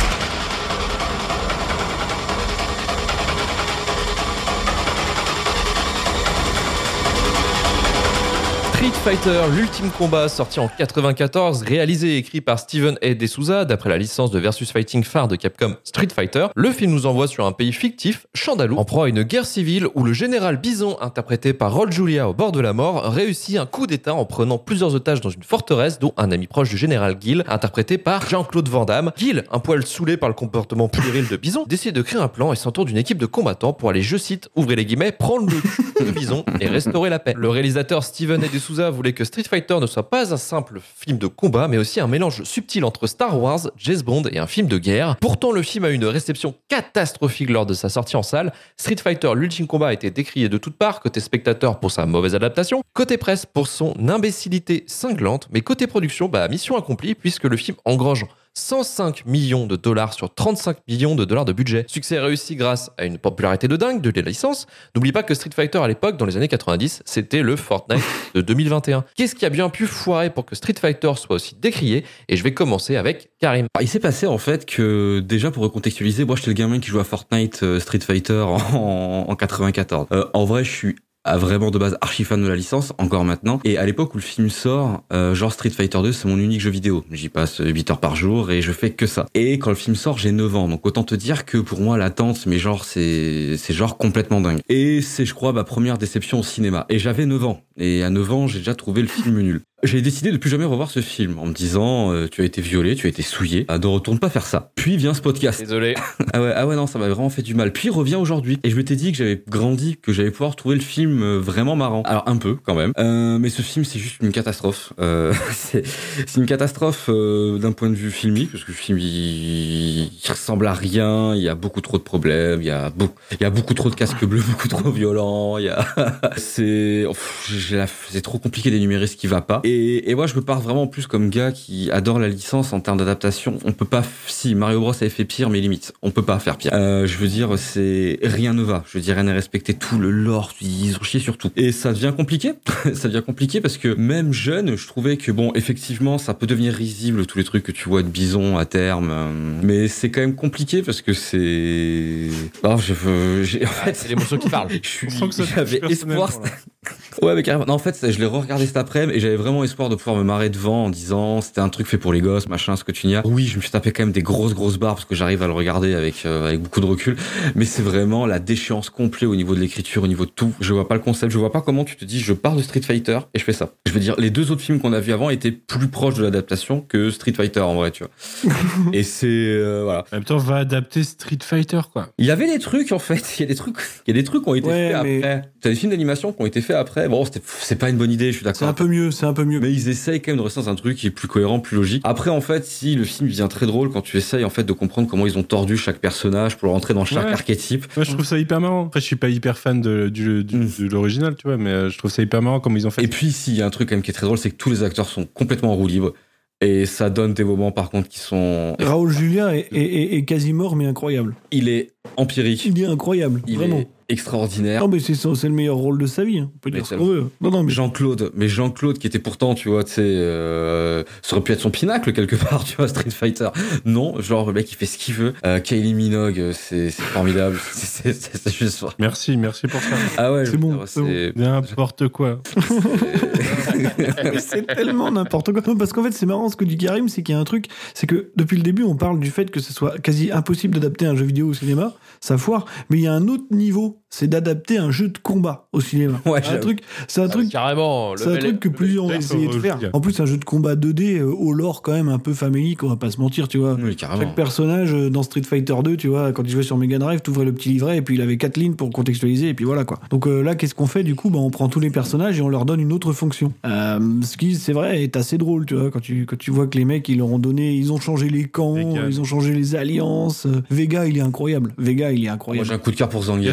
Street Fighter, l'ultime combat, sorti en quatre-vingt-quatorze, réalisé et écrit par Steven A. D'Souza, d'après la licence de versus fighting phare de Capcom, Street Fighter. Le film nous envoie sur un pays fictif, Chandalou, en proie à une guerre civile où le général Bison, interprété par Raul Julia au bord de la mort, réussit un coup d'état en prenant plusieurs otages dans une forteresse, dont un ami proche du général Gil, interprété par Jean-Claude Van Damme. Gil, un poil saoulé par le comportement puéril de Bison, décide de créer un plan et s'entoure d'une équipe de combattants pour aller, je cite, ouvrez les guillemets, prendre le cul de Bison et restaurer la paix. Le réalisateur Steven A. D'Souza voulait que Street Fighter ne soit pas un simple film de combat, mais aussi un mélange subtil entre Star Wars, James Bond et un film de guerre. Pourtant, le film a eu une réception catastrophique lors de sa sortie en salle. Street Fighter, l'ultime combat a été décrié de toutes parts, côté spectateur pour sa mauvaise adaptation, côté presse pour son imbécilité cinglante, mais côté production, bah, mission accomplie puisque le film engrange cent cinq millions de dollars sur trente-cinq millions de dollars de budget. Succès réussi grâce à une popularité de dingue de la licence. N'oublie pas que Street Fighter à l'époque, dans les années quatre-vingt-dix, c'était le Fortnite de deux mille vingt et un. Qu'est-ce qui a bien pu foirer pour que Street Fighter soit aussi décrié? Et je vais commencer avec Karim. Il s'est passé en fait que, déjà pour recontextualiser, moi j'étais le gamin qui jouait à Fortnite euh, Street Fighter en, en quatre-vingt-quatorze. Euh, en vrai, je suis à vraiment de base archi fan de la licence, encore maintenant. Et à l'époque où le film sort, euh, genre Street Fighter deux, c'est mon unique jeu vidéo. J'y passe huit heures par jour et je fais que ça. Et quand le film sort, j'ai neuf ans. Donc autant te dire que pour moi, l'attente, mais genre, c'est, c'est genre complètement dingue. Et c'est, je crois, ma première déception au cinéma. Et j'avais neuf ans. Et à neuf ans, j'ai déjà trouvé le film nul. J'ai décidé de plus jamais revoir ce film en me disant euh, tu as été violé, tu as été souillé, ah, ne retourne pas faire ça. Puis vient ce podcast. Désolé. ah ouais, ah ouais non, ça m'a vraiment fait du mal. Puis revient aujourd'hui et je m'étais dit que j'avais grandi, que j'allais pouvoir trouver le film euh, vraiment marrant. Alors un peu quand même, euh, mais ce film c'est juste une catastrophe. Euh, c'est, c'est une catastrophe euh, d'un point de vue filmique parce que le film il, il ressemble à rien. Il y a beaucoup trop de problèmes. Il y a beaucoup, il y a beaucoup trop de casques bleus, beaucoup trop violents. Il y a, c'est, pff, j'ai la, c'est trop compliqué d'énumérer ce qui va pas. Et Et, et moi, je me pars vraiment plus comme gars qui adore la licence en termes d'adaptation. On peut pas, si Mario Bros avait fait pire, mais limite, on peut pas faire pire. Euh, je veux dire, c'est rien ne va. Je veux dire, rien n'est respecté. Tout le lore, ils ont chié sur tout. Et ça devient compliqué. ça devient compliqué parce que même jeune, je trouvais que bon, effectivement, ça peut devenir risible tous les trucs que tu vois de Bison à terme. Mais c'est quand même compliqué parce que c'est. Oh, je veux. J'ai... En fait, c'est l'émotion qui parle. Je suis. J'avais espoir. Ouais, mais carrément. Non, en fait, je l'ai re-regardé cet après-midi et j'avais vraiment espoir de pouvoir me marrer devant en disant c'était un truc fait pour les gosses, machin, ce que tu n'y as. Oui, je me suis tapé quand même des grosses, grosses barres parce que j'arrive à le regarder avec, euh, avec beaucoup de recul. Mais c'est vraiment la déchéance complète au niveau de l'écriture, au niveau de tout. Je vois pas le concept, je vois pas comment tu te dis je pars de Street Fighter et je fais ça. Je veux dire, les deux autres films qu'on a vus avant étaient plus proches de l'adaptation que Street Fighter en vrai, tu vois. Et c'est, euh, voilà. En même temps, on va adapter Street Fighter, quoi. Il y avait des trucs, en fait. Il y a des trucs, il y a des trucs qui ont été ouais, faits mais... après. T'as des films d'animation qui ont été faits après. Bon, c'était, c'est pas une bonne idée, je suis d'accord. C'est un peu mieux, c'est un peu mieux. Mais ils essayent quand même de rester dans un truc qui est plus cohérent, plus logique. Après, en fait, si le film devient très drôle quand tu essayes, en fait, de comprendre comment ils ont tordu chaque personnage pour rentrer dans chaque ouais. archétype. Moi, je trouve ça hyper marrant. Après, je suis pas hyper fan de, du, du, mm. de l'original, tu vois, mais je trouve ça hyper marrant comment ils ont fait. Et puis, s'il y a un truc quand même qui est très drôle, c'est que tous les acteurs sont complètement en roue libre. Et ça donne des moments, par contre, qui sont... Raoul Julia est, est, est, est quasi mort, mais incroyable. Il est empirique. Il est incroyable, il vraiment. Est extraordinaire. Non, mais c'est, c'est le meilleur rôle de sa vie. Hein. On peut dire mais ce qu'on veut. Non, non, mais... Jean-Claude, mais Jean-Claude qui était pourtant, tu vois, tu sais, euh, ça aurait pu être son pinacle quelque part, tu vois, Street Fighter. Non, genre, le mec, il fait ce qu'il veut. Euh, Kylie Minogue, c'est, c'est formidable. c'est, c'est, c'est juste... Merci, merci pour ça. Ah ouais, c'est bon, dire, c'est, c'est n'importe quoi. C'est tellement n'importe quoi. Non, parce qu'en fait, c'est marrant ce que dit Karim, c'est qu'il y a un truc, c'est que depuis le début, on parle du fait que ce soit quasi impossible d'adapter un jeu vidéo au cinéma, ça foire, mais il y a un autre niveau, c'est d'adapter un jeu de combat au cinéma. Ouais, c'est un truc, c'est un ah, truc, carrément. C'est un truc que plusieurs ont essayé de faire. En plus, un jeu de combat deux D euh, au lore quand même un peu famélique, on va pas se mentir, tu vois. Oui, carrément. Chaque personnage euh, dans Street Fighter deux, tu vois, quand il jouait sur Mega Drive, t'ouvrais le petit livret et puis il avait quatre lignes pour contextualiser et puis voilà quoi. Donc euh, là, qu'est-ce qu'on fait du coup? Bah, on prend tous les personnages et on leur donne une autre fonction. Euh, ce qui, c'est vrai, est assez drôle, tu vois, quand tu quand tu vois que les mecs ils leur ont donné, ils ont changé les camps, Vega. Ils ont changé les alliances. Vega, il est incroyable. Vega, il est incroyable. Moi, j'ai un coup de cœur pour Zangief. C'est la plus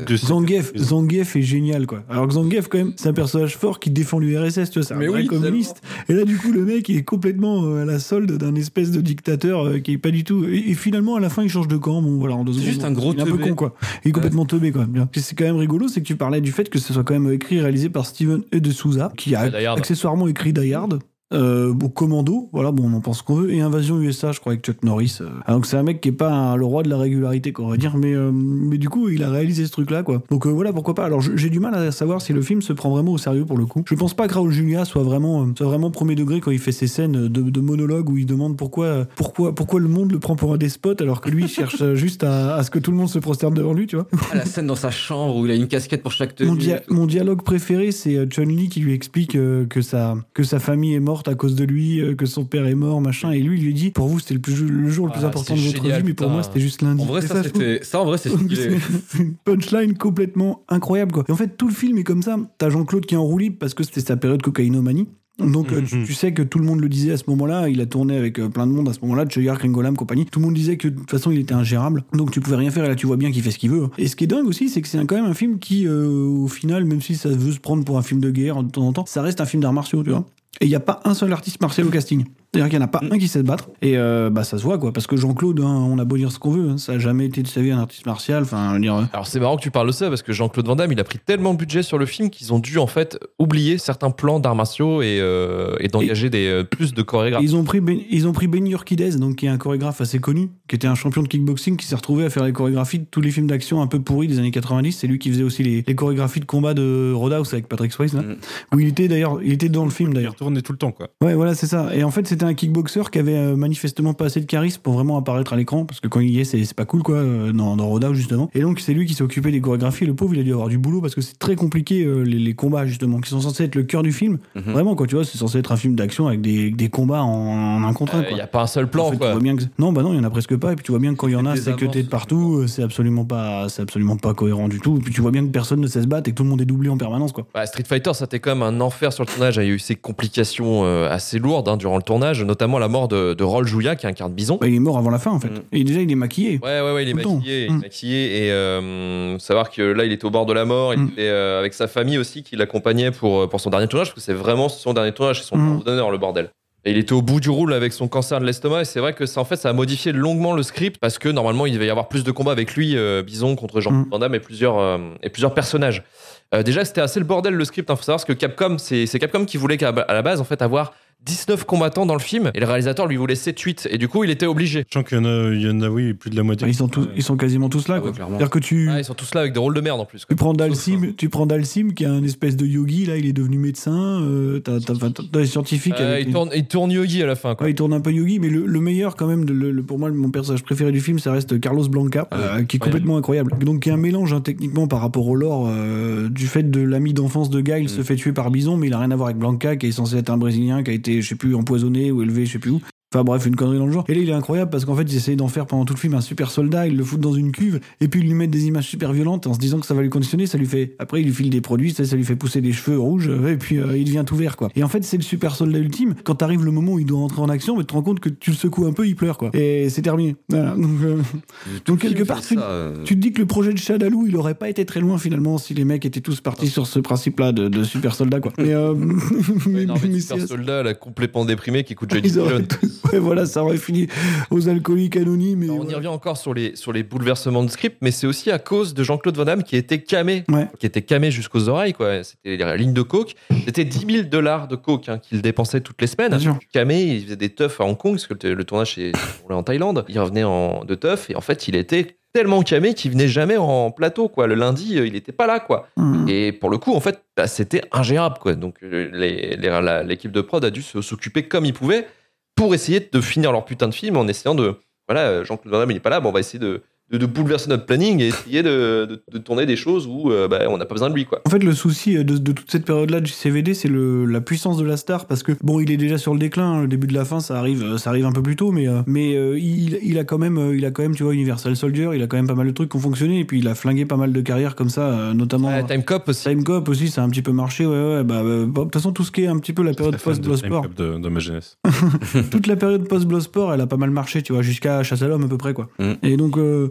Zangief, Zangief est génial, quoi. Alors que Zangief, quand même, c'est un personnage fort qui défend l'U R S S, tu vois, c'est un Mais vrai oui, communiste. Et là, du coup, le mec, il est complètement euh, à la solde d'un espèce de dictateur euh, qui est pas du tout. Et, et finalement, à la fin, il change de camp. Bon, voilà, en deux C'est secondes, juste un gros il est un peu teubé. con, quoi. Il est complètement teubé, quoi. Bien. C'est quand même rigolo, c'est que tu parlais du fait que ce soit quand même écrit et réalisé par Steven E. de Souza, qui a Die Hard. accessoirement écrit Die Hard. Euh, bon, Commando, voilà, bon, on en pense qu'on veut, et Invasion U S A, je crois, avec Chuck Norris. Euh. Alors que c'est un mec qui est pas un- le roi de la régularité, quoi, on va dire, mais, euh, mais du coup, il a réalisé ce truc-là, quoi. Donc euh, voilà, pourquoi pas. Alors je- j'ai du mal à savoir si le film se prend vraiment au sérieux pour le coup. Je pense pas que Raoul Julia soit vraiment, euh, soit vraiment premier degré quand il fait ses scènes de, de monologue où il demande pourquoi, pourquoi, pourquoi le monde le prend pour un despote alors que lui il cherche euh, juste à, à ce que tout le monde se prosterne devant lui, tu vois. Ah, la scène dans sa chambre où il a une casquette pour chaque tenue. Mon, dia- mon dialogue préféré, c'est euh, Chun-Li qui lui explique euh, que, sa, que sa famille est morte à cause de lui, euh, que son père est mort, machin, et lui, il lui dit, pour vous, c'était le, plus, le jour le plus Ah, important c'est de votre génial, vie, mais pour putain. moi, c'était juste lundi. En vrai, Et ça, je trouve- c'était. Ça, en vrai, c'est stylé. c'est une punchline complètement incroyable, quoi. Et en fait, tout le film est comme ça. T'as Jean-Claude qui est en roue libre parce que c'était sa période cocaïnomanie. Donc euh, tu, tu sais que tout le monde le disait à ce moment-là, il a tourné avec euh, plein de monde à ce moment-là, Cheyar, Kringolam, compagnie. Tout le monde disait que de toute façon il était ingérable, donc tu pouvais rien faire et là tu vois bien qu'il fait ce qu'il veut. Et ce qui est dingue aussi, c'est que c'est quand même un film qui, euh, au final, même si ça veut se prendre pour un film de guerre de temps en temps, ça reste un film d'arts martiaux, tu vois. Et il n'y a pas un seul artiste martial au casting. C'est-à-dire qu'il n'y en a pas un qui sait se battre. Et euh, bah, ça se voit, quoi. Parce que Jean-Claude, hein, on a beau dire ce qu'on veut, hein, ça n'a jamais été de sa vie un artiste martial. Enfin, je veux dire, euh, Alors c'est marrant que tu parles de ça parce que Jean-Claude Van Damme il a pris tellement de budget sur le film qu'ils ont dû en fait oublier certains plans d'arts martiaux et, euh, et d'engager des, euh, plus de chorégraphes. Ils ont pris Ben, ils ont pris Benny Urquidez, donc qui est un chorégraphe assez connu, qui était un champion de kickboxing, qui s'est retrouvé à faire les chorégraphies de tous les films d'action un peu pourris des années quatre-vingt-dix. C'est lui qui faisait aussi les, les chorégraphies de combat de Roadhouse avec Patrick Swayze, là. Mm. Où il était d'ailleurs, il était dans le film Il d'ailleurs. retournait tout le temps, quoi. Ouais, voilà, c'est ça. Et en fait, c'était un kickboxer qui avait euh, manifestement pas assez de charisme pour vraiment apparaître à l'écran, parce que quand il y est, c'est, c'est pas cool, quoi, euh, dans, dans Roadhouse, justement. Et donc, c'est lui qui s'est occupé des chorégraphies. Le pauvre, il a dû avoir du boulot, parce que c'est très compliqué, euh, les, les combats, justement, qui sont censés être le cœur du film. Mhm. Vraiment, quoi, tu vois, c'est censé être un film d'action avec des, des combats en, en un contre un, Il quoi. n'y a pas un seul plan En fait, tu quoi. vois bien que... Non, bah non, il y en a presque pas. Et puis tu vois bien que quand il y en a, Des c'est que t'es avances, de partout. euh, C'est absolument pas, c'est absolument pas cohérent du tout. Et puis tu vois bien que personne ne sait se battre et que tout le monde est doublé en permanence, quoi. Bah, Street Fighter, ça c'était quand même un enfer sur le tournage. Il y a eu ces complications euh, assez lourdes hein, durant le tournage, notamment la mort de, de Raoul Julia qui incarne Bison. Bah, il est mort avant la fin, en fait. Mm. Et déjà, il est maquillé. Ouais, ouais, ouais, il est Tout le temps. maquillé, il est Mm. maquillé et euh, savoir que là, il était au bord de la mort, il Mm. était euh, avec sa famille aussi qui l'accompagnait pour, pour son dernier tournage, parce que c'est vraiment son dernier tournage, c'est son Mm. parcours d'honneur, le bordel. Et il était au bout du roule avec son cancer de l'estomac, et c'est vrai que ça, en fait, ça a modifié longuement le script, parce que normalement, il devait y avoir plus de combats avec lui, euh, Bison, contre Jean-Claude Mm. Van Damme et plusieurs, euh, et plusieurs personnages. Euh, déjà, c'était assez le bordel le script, il faut savoir, parce que Capcom, c'est c'est Capcom qui voulait qu'à à la base, en fait, avoir dix-neuf combattants dans le film, et le réalisateur lui voulait sept huit, et du coup, il était obligé. Sachant qu'il y en a, il y en a, oui, plus de la moitié. Bah, ils, sont tous, ils sont quasiment tous là, Ah quoi. ouais, clairement. C'est-à-dire que tu, Ah, ils sont tous là avec des rôles de merde en plus. quoi. tu prends Dalsim, tu prends Dalsim, qui est un espèce de yogi, là, il est devenu médecin. Euh, t'as, t'as, t'as, t'as des scientifiques. Euh, avec il, tourne, il tourne yogi à la fin. Quoi. Ouais, il tourne un peu yogi, mais le, le meilleur quand même, de, le, le- pour moi, mon personnage préféré du film, ça reste Carlos Blanca, euh, qui est complètement incroyable. Donc, qui est un mélange hein, techniquement par rapport au lore euh, du fait de l'ami d'enfance de Guile Mm. se fait tuer par Bison, mais il a rien à voir avec Blanca, qui est censé être un Brésilien, qui a été, je sais plus, empoisonné ou élevé, je sais plus où. Enfin bref, une connerie dans le genre. Et là, il est incroyable parce qu'en fait, ils essayent d'en faire pendant tout le film un super soldat, ils le foutent dans une cuve, et puis ils lui mettent des images super violentes en se disant que ça va lui conditionner, ça lui fait. Après, il lui file des produits, ça, ça lui fait pousser des cheveux rouges, et puis euh, il devient tout vert, quoi. Et en fait, c'est le super soldat ultime. Quand t'arrives le moment où il doit rentrer en action, bah, tu te rends compte que tu le secoues un peu, il pleure, quoi. Et c'est terminé. Voilà. Donc, euh, Tout donc le film quelque part, fait tu, ça, euh, tu te dis que le projet de Shadaloo, il aurait pas été très loin finalement si les mecs étaient tous partis sur ce principe-là de, de super soldat, quoi. Mais, euh, Mais non, mais mais super c'est- soldat, là, complètement déprimé, qui coûte Johnny ils auraient John. tout- Ouais, voilà, ça aurait fini aux alcooliques anonymes. Et Alors, on y voilà. revient encore sur les, sur les bouleversements de script, mais c'est aussi à cause de Jean-Claude Van Damme qui était camé, Ouais. qui était camé jusqu'aux oreilles, quoi. C'était la ligne de coke. C'était dix mille dollars de coke hein, qu'il dépensait toutes les semaines. Bien sûr. Camé, il faisait des teufs à Hong Kong, parce que le, le tournage c'est c'est en Thaïlande. Il revenait en, de teuf, et en fait, il était tellement camé qu'il venait jamais en plateau, quoi. Le lundi, euh, il était pas là, quoi. Mmh. Et pour le coup, en fait, bah, c'était ingérable, quoi. Donc, euh, les- les- la- l'équipe de prod a dû se- s'occuper comme il pouvait pour essayer de finir leur putain de film en essayant de. Voilà, euh, Jean-Claude Van Damme, il n'est pas là, bon, on va essayer de, de, de bouleverser notre planning et essayer de, de, de tourner des choses où euh, bah, on n'a pas besoin de lui, quoi. En fait, le souci de, de toute cette période-là du C V D, c'est le, la puissance de la star, parce que bon, il est déjà sur le déclin. hein, Le début de la fin, ça arrive, ça arrive un peu plus tôt, mais euh, mais euh, il, il a quand même, euh, il a quand même, tu vois, Universal Soldier, il a quand même pas mal de trucs qui ont fonctionné, et puis il a flingué pas mal de carrières comme ça, euh, notamment. Ouais, Time Cop aussi. Time Cop aussi, ça a un petit peu marché, ouais, ouais. Bah, euh, bah, de toute façon, tout ce qui est un petit peu la période Très fan de post-Bloodsport, Time Cop de, de ma jeunesse. toute la période post-Bloodsport, elle a pas mal marché, tu vois, jusqu'à Chasse à l'homme à peu près, quoi. Mm. Et donc, euh,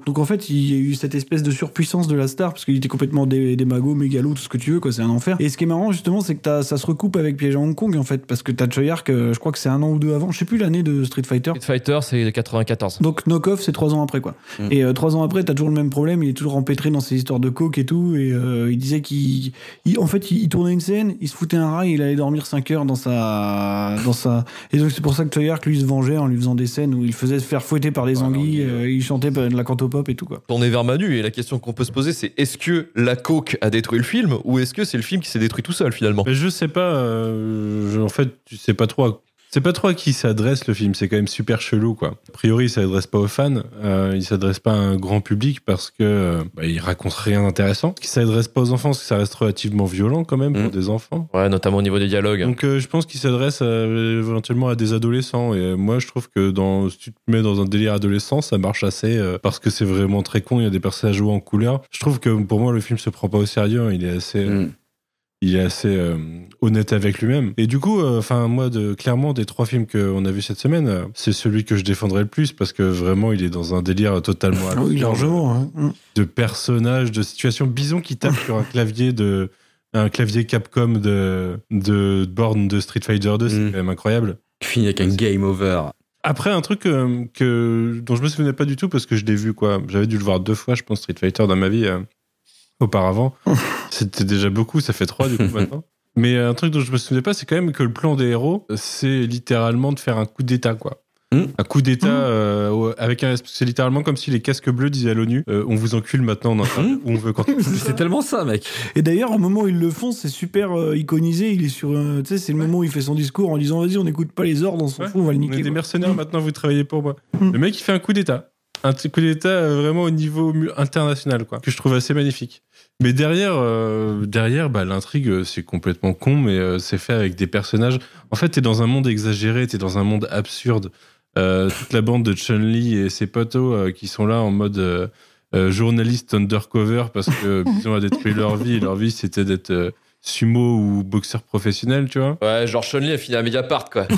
Donc en fait, il y a eu cette espèce de surpuissance de la star, parce qu'il était complètement dé- démago, mégalo, tout ce que tu veux, quoi, c'est un enfer. Et ce qui est marrant, justement, c'est que t'as, ça se recoupe avec Piège à Hong Kong, en fait, parce que t'as Choi-Ark, euh, je crois que c'est un an ou deux avant, je sais plus l'année de Street Fighter. Street Fighter, c'est quatre-vingt-quatorze. Donc Knock-Off, c'est trois ans après, quoi. Mm. Et euh, trois ans après, t'as toujours le même problème, il est toujours empêtré dans ses histoires de coke et tout, et euh, il disait qu'il... Il, en fait, il, il tournait une scène, il se foutait un rail, il allait dormir cinq heures dans sa... Dans sa... Et donc c'est pour ça que Choi-Ark, lui, se vengeait en lui faisant des scènes où il faisait se faire fouetter par des anguilles, euh, il chantait de la cantopop et tout, quoi. Tourné vers Manu, et la question qu'on peut se poser, c'est est-ce que la coke a détruit le film, ou est-ce que c'est le film qui s'est détruit tout seul, finalement? Mais je sais pas, euh, je, en fait, tu sais pas trop... C'est pas trop à qui s'adresse le film, c'est quand même super chelou, quoi. A priori, il s'adresse pas aux fans, euh, il s'adresse pas à un grand public parce que euh, bah, il raconte rien d'intéressant. Il s'adresse pas aux enfants parce que ça reste relativement violent quand même mmh. pour des enfants. Ouais, notamment au niveau des dialogues. Donc euh, je pense qu'il s'adresse à, éventuellement à des adolescents. Et euh, moi, je trouve que dans, si tu te mets dans un délire adolescent, ça marche assez euh, parce que c'est vraiment très con. Il y a des personnages joués en couleur. Je trouve que pour moi, le film se prend pas au sérieux. Hein, il est assez. Mmh. Euh, Il est assez euh, honnête avec lui-même. Et du coup, enfin euh, moi, de, clairement, des trois films qu'on a vus cette semaine, euh, c'est celui que je défendrai le plus parce que vraiment, il est dans un délire totalement ah oui, largement, hein. de personnages, de situations. Bison qui tape sur un clavier de un clavier Capcom de de borne de Street Fighter deux, c'est mmh. quand même incroyable. Tu finis avec un game over. Après, un truc euh, que dont je me souvenais pas du tout parce que je l'ai vu quoi, j'avais dû le voir deux fois, je pense, Street Fighter dans ma vie. Euh, auparavant. C'était déjà beaucoup, ça fait trois du coup maintenant. Mais un truc dont je me souvenais pas, c'est quand même que le plan des héros, c'est littéralement de faire un coup d'état, quoi. Mmh. Un coup d'état mmh. euh, avec un... C'est littéralement comme si les casques bleus disaient à l'ONU euh, on vous encule maintenant, on, mmh. où on veut quand on... C'est tellement ça, mec. Et d'ailleurs, au moment où ils le font, c'est super euh, iconisé. Il est sur, euh, tu sais, c'est le ouais. moment où il fait son discours en disant vas-y, on n'écoute pas les ordres, on s'en ouais. fout, on va le niquer. On est des mercenaires, maintenant vous travaillez pour moi. Mmh. Le mec, il fait un coup d'état. Un coup d'état euh, vraiment au niveau international, quoi, que je trouve assez magnifique. Mais derrière, euh, derrière bah, l'intrigue, c'est complètement con, mais euh, c'est fait avec des personnages. En fait, t'es dans un monde exagéré, t'es dans un monde absurde. Euh, toute la bande de Chun-Li et ses potos euh, qui sont là en mode euh, euh, journaliste undercover parce que Bison a détruit leur vie et leur vie, c'était d'être euh, sumo ou boxeur professionnel, tu vois. Ouais, genre Chun-Li a fini à Mediapart, quoi.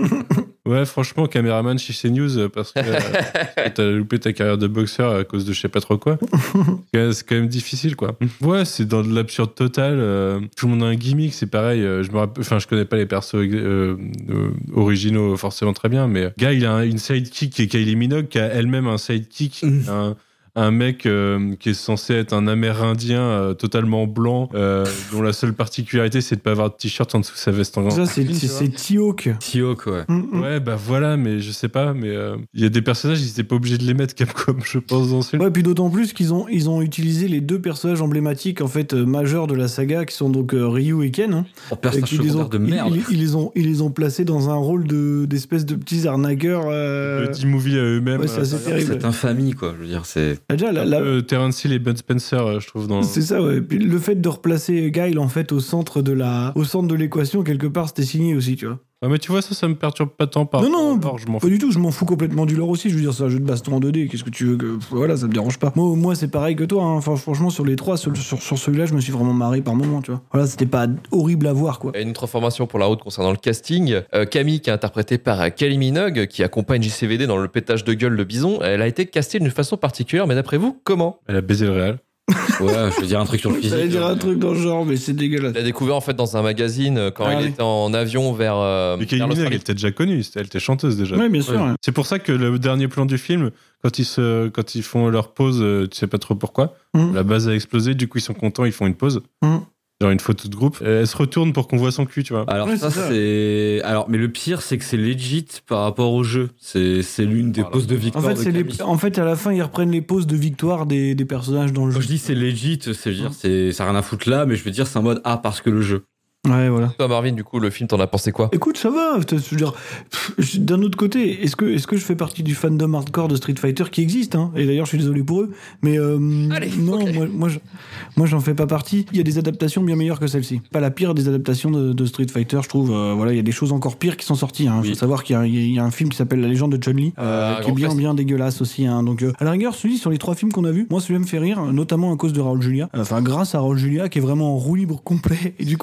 Ouais, franchement, caméraman chez CNews, parce que euh, t'as loupé ta carrière de boxeur à cause de je sais pas trop quoi. C'est quand même difficile, quoi. Ouais, c'est dans de l'absurde total. Euh, tout le monde a un gimmick, c'est pareil. Euh, je me rappelle, enfin, je connais pas les persos euh, euh, originaux forcément très bien, mais gars, il a un, une sidekick qui est Kylie Minogue, qui a elle-même un sidekick, un un mec euh, qui est censé être un Amérindien euh, totalement blanc, euh, dont la seule particularité c'est de pas avoir de t-shirt en dessous de sa veste en ça c'est, c'est, c'est T-Hawk. T-Hawk, ouais. Mm-hmm. Ouais, bah voilà, mais je sais pas, mais il euh, y a des personnages, ils étaient pas obligés de les mettre Capcom, je pense, dans ce film. Ouais, puis d'autant plus qu'ils ont, ils ont utilisé les deux personnages emblématiques, en fait, euh, majeurs de la saga, qui sont donc euh, Ryu et Ken. Hein, oh, personnage secondaire de merde. Ils, ils, ils, les ont, ils les ont placés dans un rôle de, d'espèce de petits arnaqueurs. Euh... Petits movies à eux-mêmes. Ouais, c'est assez euh, terrible. Cette infamie, quoi, je veux dire, c'est... Déjà, la, la... Euh, Terence Hill et Bud Spencer, je trouve. Dans... C'est ça, ouais. Puis le fait de replacer Guile, en fait, au centre de la, au centre de l'équation, quelque part, c'était signé aussi, tu vois. Ah, mais tu vois, ça, ça me perturbe pas tant par non, non, rapport, je m'en pas fous. du tout, je m'en fous complètement du lore aussi. Je veux dire, c'est un jeu de baston en deux D. Qu'est-ce que tu veux que. Voilà, ça me dérange pas. Moi, moi c'est pareil que toi. Hein. Enfin, franchement, sur les trois, sur, sur, sur celui-là, je me suis vraiment marré par moment, tu vois. Voilà, c'était pas horrible à voir, quoi. Et une autre information pour la route concernant le casting. Euh, Camille, qui est interprétée par Kylie Minogue, qui accompagne J C V D dans le pétage de gueule de Bison, elle a été castée d'une façon particulière, mais d'après vous, comment ? Elle a baisé le réal. Ouais, je veux dire un truc sur le physique. J'allais dire un truc dans le genre, mais c'est dégueulasse. Il l'a découvert en fait dans un magazine quand ah, il oui. était en avion vers. Euh, mais Kylie Minogue, elle était déjà connue, elle était chanteuse déjà. Oui, bien sûr. Ouais. Ouais. C'est pour ça que le dernier plan du film, quand ils, se, quand ils font leur pause, tu sais pas trop pourquoi, mmh. la base a explosé, du coup ils sont contents, ils font une pause. Mmh. Genre une photo de groupe, elle se retourne pour qu'on voit son cul, tu vois. Alors ouais, ça, c'est, c'est... Alors, mais le pire, c'est que c'est legit par rapport au jeu. C'est, c'est l'une des voilà. poses de victoire. En fait, de c'est les... en fait, à la fin, ils reprennent les poses de victoire des, des personnages dans le Quand jeu. je dis c'est legit, c'est dire, c'est... ça n'a rien à foutre là, mais je veux dire, c'est en mode ah, parce que le jeu. Ouais, voilà. Toi, Marvin, du coup, le film, t'en as pensé quoi ? Écoute, ça va. Je veux dire, pff, d'un autre côté, est-ce que, est-ce que je fais partie du fandom hardcore de Street Fighter qui existe, hein ? Et d'ailleurs, je suis désolé pour eux. Mais euh, Allez, non, okay. moi, moi, je, moi, j'en fais pas partie. Il y a des adaptations bien meilleures que celle-ci. Pas la pire des adaptations de, de Street Fighter, je trouve. Euh, voilà, il y a des choses encore pires qui sont sorties. Il hein. oui. faut savoir qu'il y a, il y a un film qui s'appelle La Légende de Chun-Li, euh, euh, qui est bien, bien dégueulasse aussi. Hein. Donc, euh, à la rigueur, celui sur les trois films qu'on a vus, moi, celui-là me fait rire, notamment à cause de Raoul Julia. Enfin, grâce à Raoul Julia, qui est vraiment en roue libre complet. Et du coup, il me fait.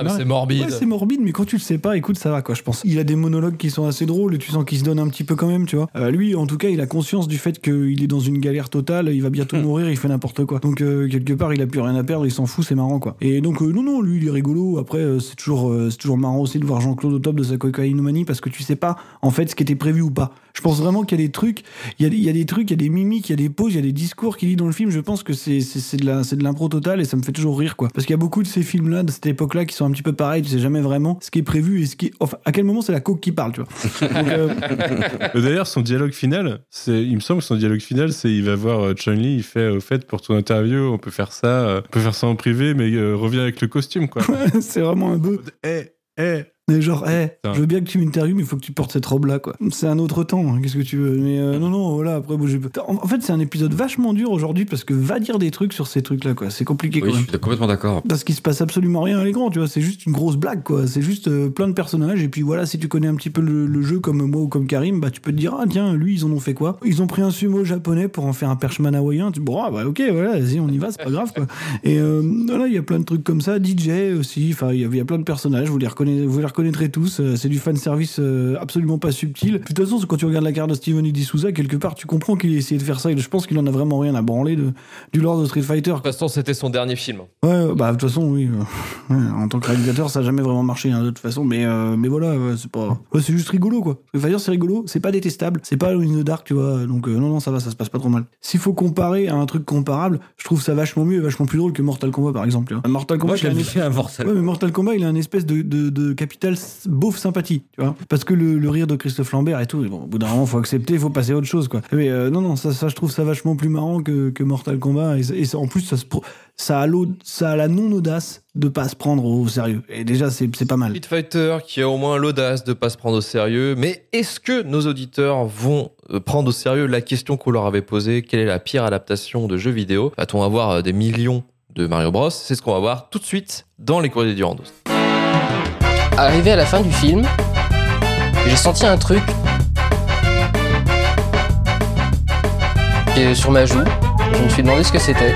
marrer. c'est morbide. Ouais, c'est morbide, mais quand tu le sais pas, écoute, ça va, quoi, je pense. Il a des monologues qui sont assez drôles et tu sens qu'il se donne un petit peu quand même, tu vois. Euh, lui, en tout cas, il a conscience du fait qu'il est dans une galère totale, il va bientôt mourir, il fait n'importe quoi. Donc, euh, quelque part, il a plus rien à perdre, il s'en fout, c'est marrant, quoi. Et donc, euh, non, non, lui, il est rigolo. Après, euh, c'est toujours, euh, c'est toujours marrant aussi de voir Jean-Claude au top de sa cocaïnomanie parce que tu sais pas, en fait, ce qui était prévu ou pas. Je pense vraiment qu'il y a des trucs, il y a, il y a des trucs, il y a des mimiques, il y a des pauses, il y a des discours qu'il dit dans le film. Je pense que c'est, c'est, c'est de la, c'est de l'impro totale et ça me fait toujours rire, quoi. Parce qu'il y a beaucoup de ces films-là, de cette époque-là, qui sont un petit peu pareils. Tu sais jamais vraiment ce qui est prévu et ce qui, enfin, à quel moment c'est la coke qui parle, tu vois. Donc, euh... D'ailleurs, son dialogue final, c'est, il me semble que son dialogue final, c'est il va voir euh, Chun-Li, il fait au fait pour ton interview, on peut faire ça, euh, on peut faire ça en privé, mais euh, reviens avec le costume, quoi. C'est vraiment un peu. Eh, eh. Mais genre, hey, je veux bien que tu m'interviewes, mais il faut que tu portes cette robe-là, quoi. C'est un autre temps, hein, qu'est-ce que tu veux. Mais euh, non, non, voilà, après, bon, j'ai... En, en fait, c'est un épisode vachement dur aujourd'hui parce que va dire des trucs sur ces trucs-là, quoi. C'est compliqué, oui, quand même. Je suis complètement d'accord. Parce qu'il se passe absolument rien à l'écran, tu vois. C'est juste une grosse blague, quoi. C'est juste euh, plein de personnages. Et puis voilà, si tu connais un petit peu le, le jeu comme moi ou comme Karim, bah tu peux te dire, ah tiens, lui, ils en ont fait quoi? Ils ont pris un sumo japonais pour en faire un perchman hawaïen. Tu bon, ah, bah ok, voilà, vas-y, on y va, c'est pas grave, quoi. Et euh, voilà, il y a plein de trucs comme ça. D J aussi, enfin, il y, y a plein de personnages, vous les, reconna... vous les reconnaîtrez tous. C'est du fan service euh, absolument pas subtil. De toute façon, quand tu regardes la carte de Steven E. Souza, quelque part, tu comprends qu'il a essayé de faire ça. Et je pense qu'il en a vraiment rien à branler de, du lore de Street Fighter. De toute façon, c'était son dernier film. Ouais, bah de toute façon, oui. Ouais, en tant que réalisateur, ça a jamais vraiment marché, hein, de toute façon. Mais, euh, mais voilà, ouais, c'est pas. Ouais, c'est juste rigolo, quoi. Street Fighter, c'est rigolo. C'est pas détestable. C'est pas Alone in the Dark, tu vois. Donc euh, non, non, ça va, ça se passe pas trop mal. S'il faut comparer à un truc comparable, je trouve ça vachement mieux et vachement plus drôle que Mortal Kombat, par exemple. Tu vois. Mortal Kombat, Moi, je l'ai un... fait un Mortal. Ouais, mais Mortal Kombat, il a une espèce de, de, de capital beauf sympathie, tu vois. Parce que le, le rire de Christophe Lambert et tout, bon, au bout d'un moment, faut accepter, faut passer à autre chose, quoi. Mais euh, non, non, ça, ça, je trouve ça vachement plus marrant que, que Mortal Kombat. Et, et ça, en plus, ça, se, ça, a ça a la non-audace de pas se prendre au sérieux. Et déjà, c'est, c'est pas mal. Street Fighter qui a au moins l'audace de pas se prendre au sérieux. Mais est-ce que nos auditeurs vont prendre au sérieux la question qu'on leur avait posée? Quelle est la pire adaptation de jeux vidéo? Va-t-on avoir des millions de Mario Bros? C'est ce qu'on va voir tout de suite dans les courriers du Randos. Arrivé à la fin du film, j'ai senti un truc et sur ma joue. Je me suis demandé ce que c'était.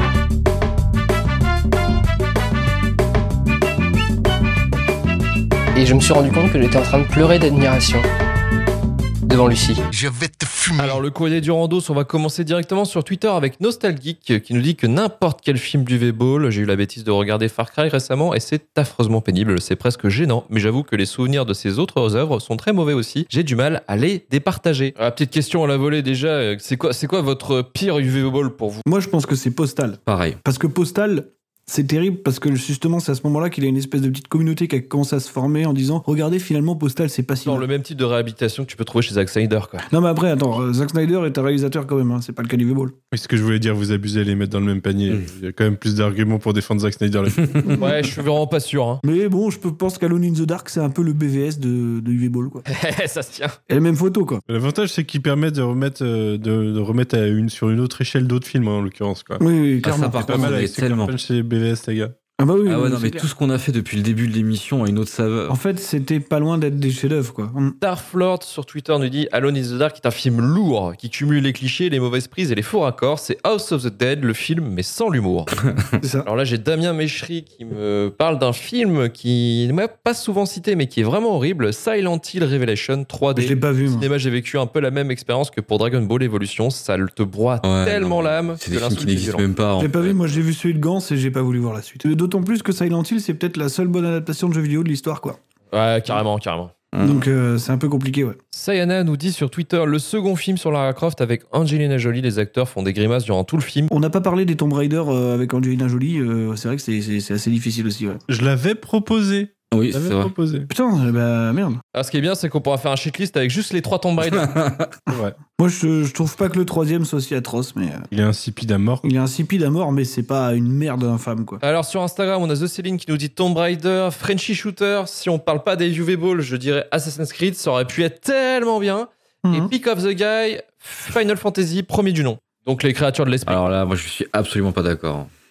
Et je me suis rendu compte que j'étais en train de pleurer d'admiration devant Lucie. Je vais te fumer. Alors le courrier du Randos, on va commencer directement sur Twitter avec Nostalgeek qui nous dit que n'importe quel film du V-Ball, j'ai eu la bêtise de regarder Far Cry récemment et c'est affreusement pénible, c'est presque gênant, mais j'avoue que les souvenirs de ces autres œuvres sont très mauvais aussi, j'ai du mal à les départager. Alors, petite question à la volée déjà, c'est quoi, c'est quoi votre pire U V-Ball pour vous? Moi je pense que c'est Postal. Pareil. Parce que Postal... c'est terrible parce que justement c'est à ce moment-là qu'il y a une espèce de petite communauté qui a commencé à se former en disant regardez finalement Postal c'est pas si dans mal. Le même type de réhabilitation que tu peux trouver chez Zack Snyder quoi. Non mais après attends, Zack Snyder est un réalisateur quand même, hein, c'est pas le cas du V-Ball. Oui, ce que je voulais dire, vous abusez à les mettre dans le même panier. Mmh. Il y a quand même plus d'arguments pour défendre Zack Snyder. Ouais, je suis vraiment pas sûr. Hein. Mais bon, je pense qu'Alone in the Dark c'est un peu le B V S de, de U V-Ball quoi. Ça se tient. Et la même photo quoi. L'avantage c'est qu'il permet de remettre, de, de remettre à une, sur une autre échelle d'autres films hein, en l'occurrence quoi. Oui, oui clairement. Ah, ça par pas contre, mal avec tellement. Chez B V S les gars. Ah bah oui, ah ouais, oui, non, mais clair. tout ce qu'on a fait depuis le début de l'émission a une autre saveur. En fait, c'était pas loin d'être des chefs-d'œuvre, quoi. Darflord sur Twitter nous dit Alone in the Dark est un film lourd qui cumule les clichés, les mauvaises prises et les faux raccords. C'est House of the Dead, le film, mais sans l'humour. C'est ça. Alors là, j'ai Damien Méchery qui me parle d'un film qui ne m'a pas souvent cité, mais qui est vraiment horrible. Silent Hill Revelation trois D. Je l'ai pas vu, Au moi. cinéma, j'ai vécu un peu la même expérience que pour Dragon Ball Evolution. Ça te broie Ouais, tellement non, l'âme. c'est des films qui n'existent même pas. Je l'ai en pas fait. vu, moi j'ai vu celui de Gans et j'ai pas voulu voir la suite. D'autant plus que Silent Hill, c'est peut-être la seule bonne adaptation de jeu vidéo de l'histoire, quoi. Ouais, carrément, carrément. Donc euh, c'est un peu compliqué, ouais. Sayana nous dit sur Twitter le second film sur Lara Croft avec Angelina Jolie. Les acteurs font des grimaces durant tout le film. On n'a pas parlé des Tomb Raider euh, avec Angelina Jolie. Euh, c'est vrai que c'est, c'est, c'est assez difficile aussi, ouais. Je l'avais proposé. Oui, Je c'est l'avais vrai. proposé. Putain, bah merde. Alors, ce qui est bien, c'est qu'on pourra faire un shitlist avec juste les trois Tomb Raider. Ouais. Moi je, je trouve pas que le troisième soit si atroce, mais euh, Il est insipide à mort. il est insipide à mort, mais c'est pas une merde infâme, quoi. Alors sur Instagram, on a The Céline qui nous dit Tomb Raider, Frenchy Shooter. Si on parle pas des U V Ball, je dirais Assassin's Creed. Ça aurait pu être tellement bien. Mhm. Et Pick of the Guy, Final Fantasy, premier du nom. Donc les créatures de l'esprit. Alors là, moi, je suis absolument pas d'accord.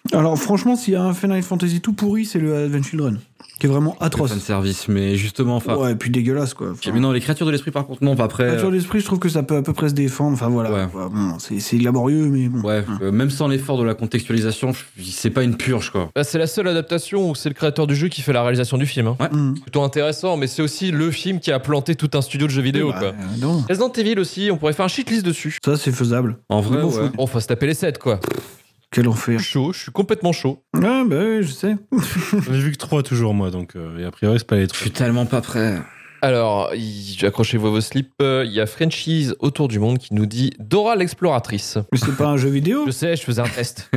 Alors franchement, s'il y a un Final Fantasy tout pourri, c'est le Advent Children, qui est vraiment atroce. Fan service, mais justement, enfin. Ouais, et puis dégueulasse quoi. Enfin, mais non, les créatures de l'esprit, par contre, non, pas après. Les créatures de l'esprit, je trouve que ça peut à peu près se défendre. Enfin voilà, ouais. quoi. Bon, c'est, c'est laborieux, mais bon. Ouais, euh, même sans l'effort de la contextualisation, c'est pas une purge quoi. Bah, c'est la seule adaptation où c'est le créateur du jeu qui fait la réalisation du film. Hein. Ouais. Mmh. Plutôt intéressant, mais c'est aussi le film qui a planté tout un studio de jeux vidéo. Bah, quoi. euh, non. Resident Evil aussi, on pourrait faire un shitlist dessus. Ça, c'est faisable. En vrai, bon, ouais. Bon, faut se taper les sept quoi. Quel enfer. Je suis chaud, je suis complètement chaud. Ouais, bah oui, je sais. J'ai vu que trois toujours, moi, donc euh, et a priori, c'est pas les Je trois. suis tellement pas prêt. Alors, y- accrochez-vous à vos slips. Il y a Frenchies autour du monde qui nous dit Dora l'exploratrice. Mais c'est pas un jeu vidéo. Je sais, je faisais un test.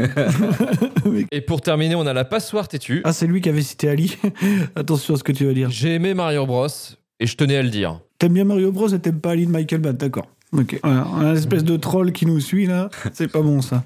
Et pour terminer, on a la passoire têtue. Ah, c'est lui qui avait cité Ali. Attention à ce que tu vas dire. J'ai aimé Mario Bros. Et je tenais à le dire. T'aimes bien Mario Bros et t'aimes pas Ali de Michael Bay, d'accord. Ok. Voilà, un espèce de troll qui nous suit là. C'est pas bon ça.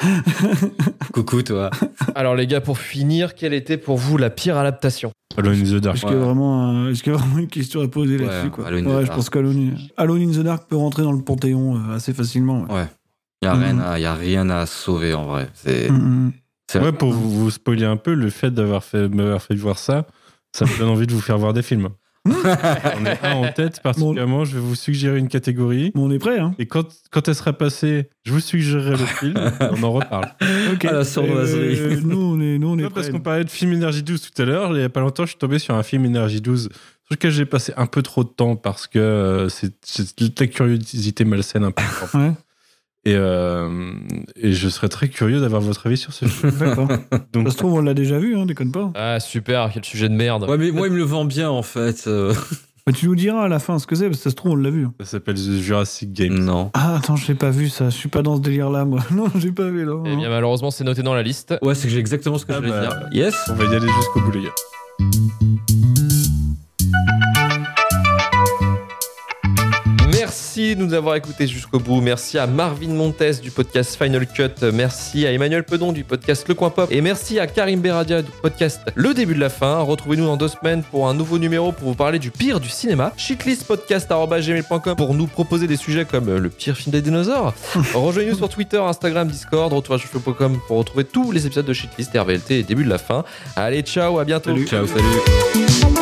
Coucou toi. Alors les gars, pour finir, quelle était pour vous la pire adaptation? Alone in the Dark. Est-ce qu'il y a vraiment, un- est-ce qu'il y a vraiment une question à poser Ouais, là-dessus quoi. Alone in the Ouais, je Dark. pense qu'Alone Alone in the Dark peut rentrer dans le panthéon euh, assez facilement. Ouais. Ouais. Y a, Mhm. rien à, y a rien à sauver en vrai. C'est, Mm, mm. c'est Ouais, pour vous, vous spoiler un peu, le fait d'avoir fait, m'avoir fait voir ça, ça me donne envie de vous faire voir des films. On est un en tête particulièrement, je vais vous suggérer une catégorie. Bon, on est prêt, hein. Et quand, quand elle sera passée, je vous suggérerai le film, on en reparle. Ok. Ah, la sournoiserie. Euh, nous, on est, nous, on est Non, prêts. parce qu'on parlait de film Énergie douze tout à l'heure, il y a pas longtemps, je suis tombé sur un film Énergie douze sur lequel j'ai passé un peu trop de temps parce que euh, c'est, c'est de la curiosité malsaine un peu. Ouais. Et, euh, et je serais très curieux d'avoir votre avis sur ce film. D'accord. Donc, Ça se trouve, on l'a déjà vu, hein, déconne pas. Ah super, quel sujet de merde. Ouais, mais moi, il me le vend bien en fait. euh. Bah, tu nous diras à la fin ce que c'est, parce que ça se trouve, on l'a vu. ça s'appelle The Jurassic Game. Non. Ah, attends, je l'ai pas vu ça. Je suis pas dans ce délire-là, moi. Non, j'ai pas vu, là. Eh bien malheureusement, c'est noté dans la liste. Ouais, c'est que j'ai exactement ce que Ah je voulais bah. dire. Yes. On va y aller jusqu'au bout, les gars. Merci de nous avoir écoutés jusqu'au bout. Merci à Marvin Montes du podcast Final Cut. Merci à Emmanuel Pedon du podcast Le Coin Pop. Et merci à Karim Beradia du podcast Le Début de la Fin. Retrouvez-nous dans deux semaines pour un nouveau numéro pour vous parler du pire du cinéma. shitlistpodcast arobase gmail point com pour nous proposer des sujets comme le pire film des dinosaures. Rejoignez-nous sur Twitter, Instagram, Discord, retour à cheveux point com pour retrouver tous les épisodes de Shitlist, R V L T et Début de la Fin. Allez, ciao, à bientôt. Salut. Ciao, salut.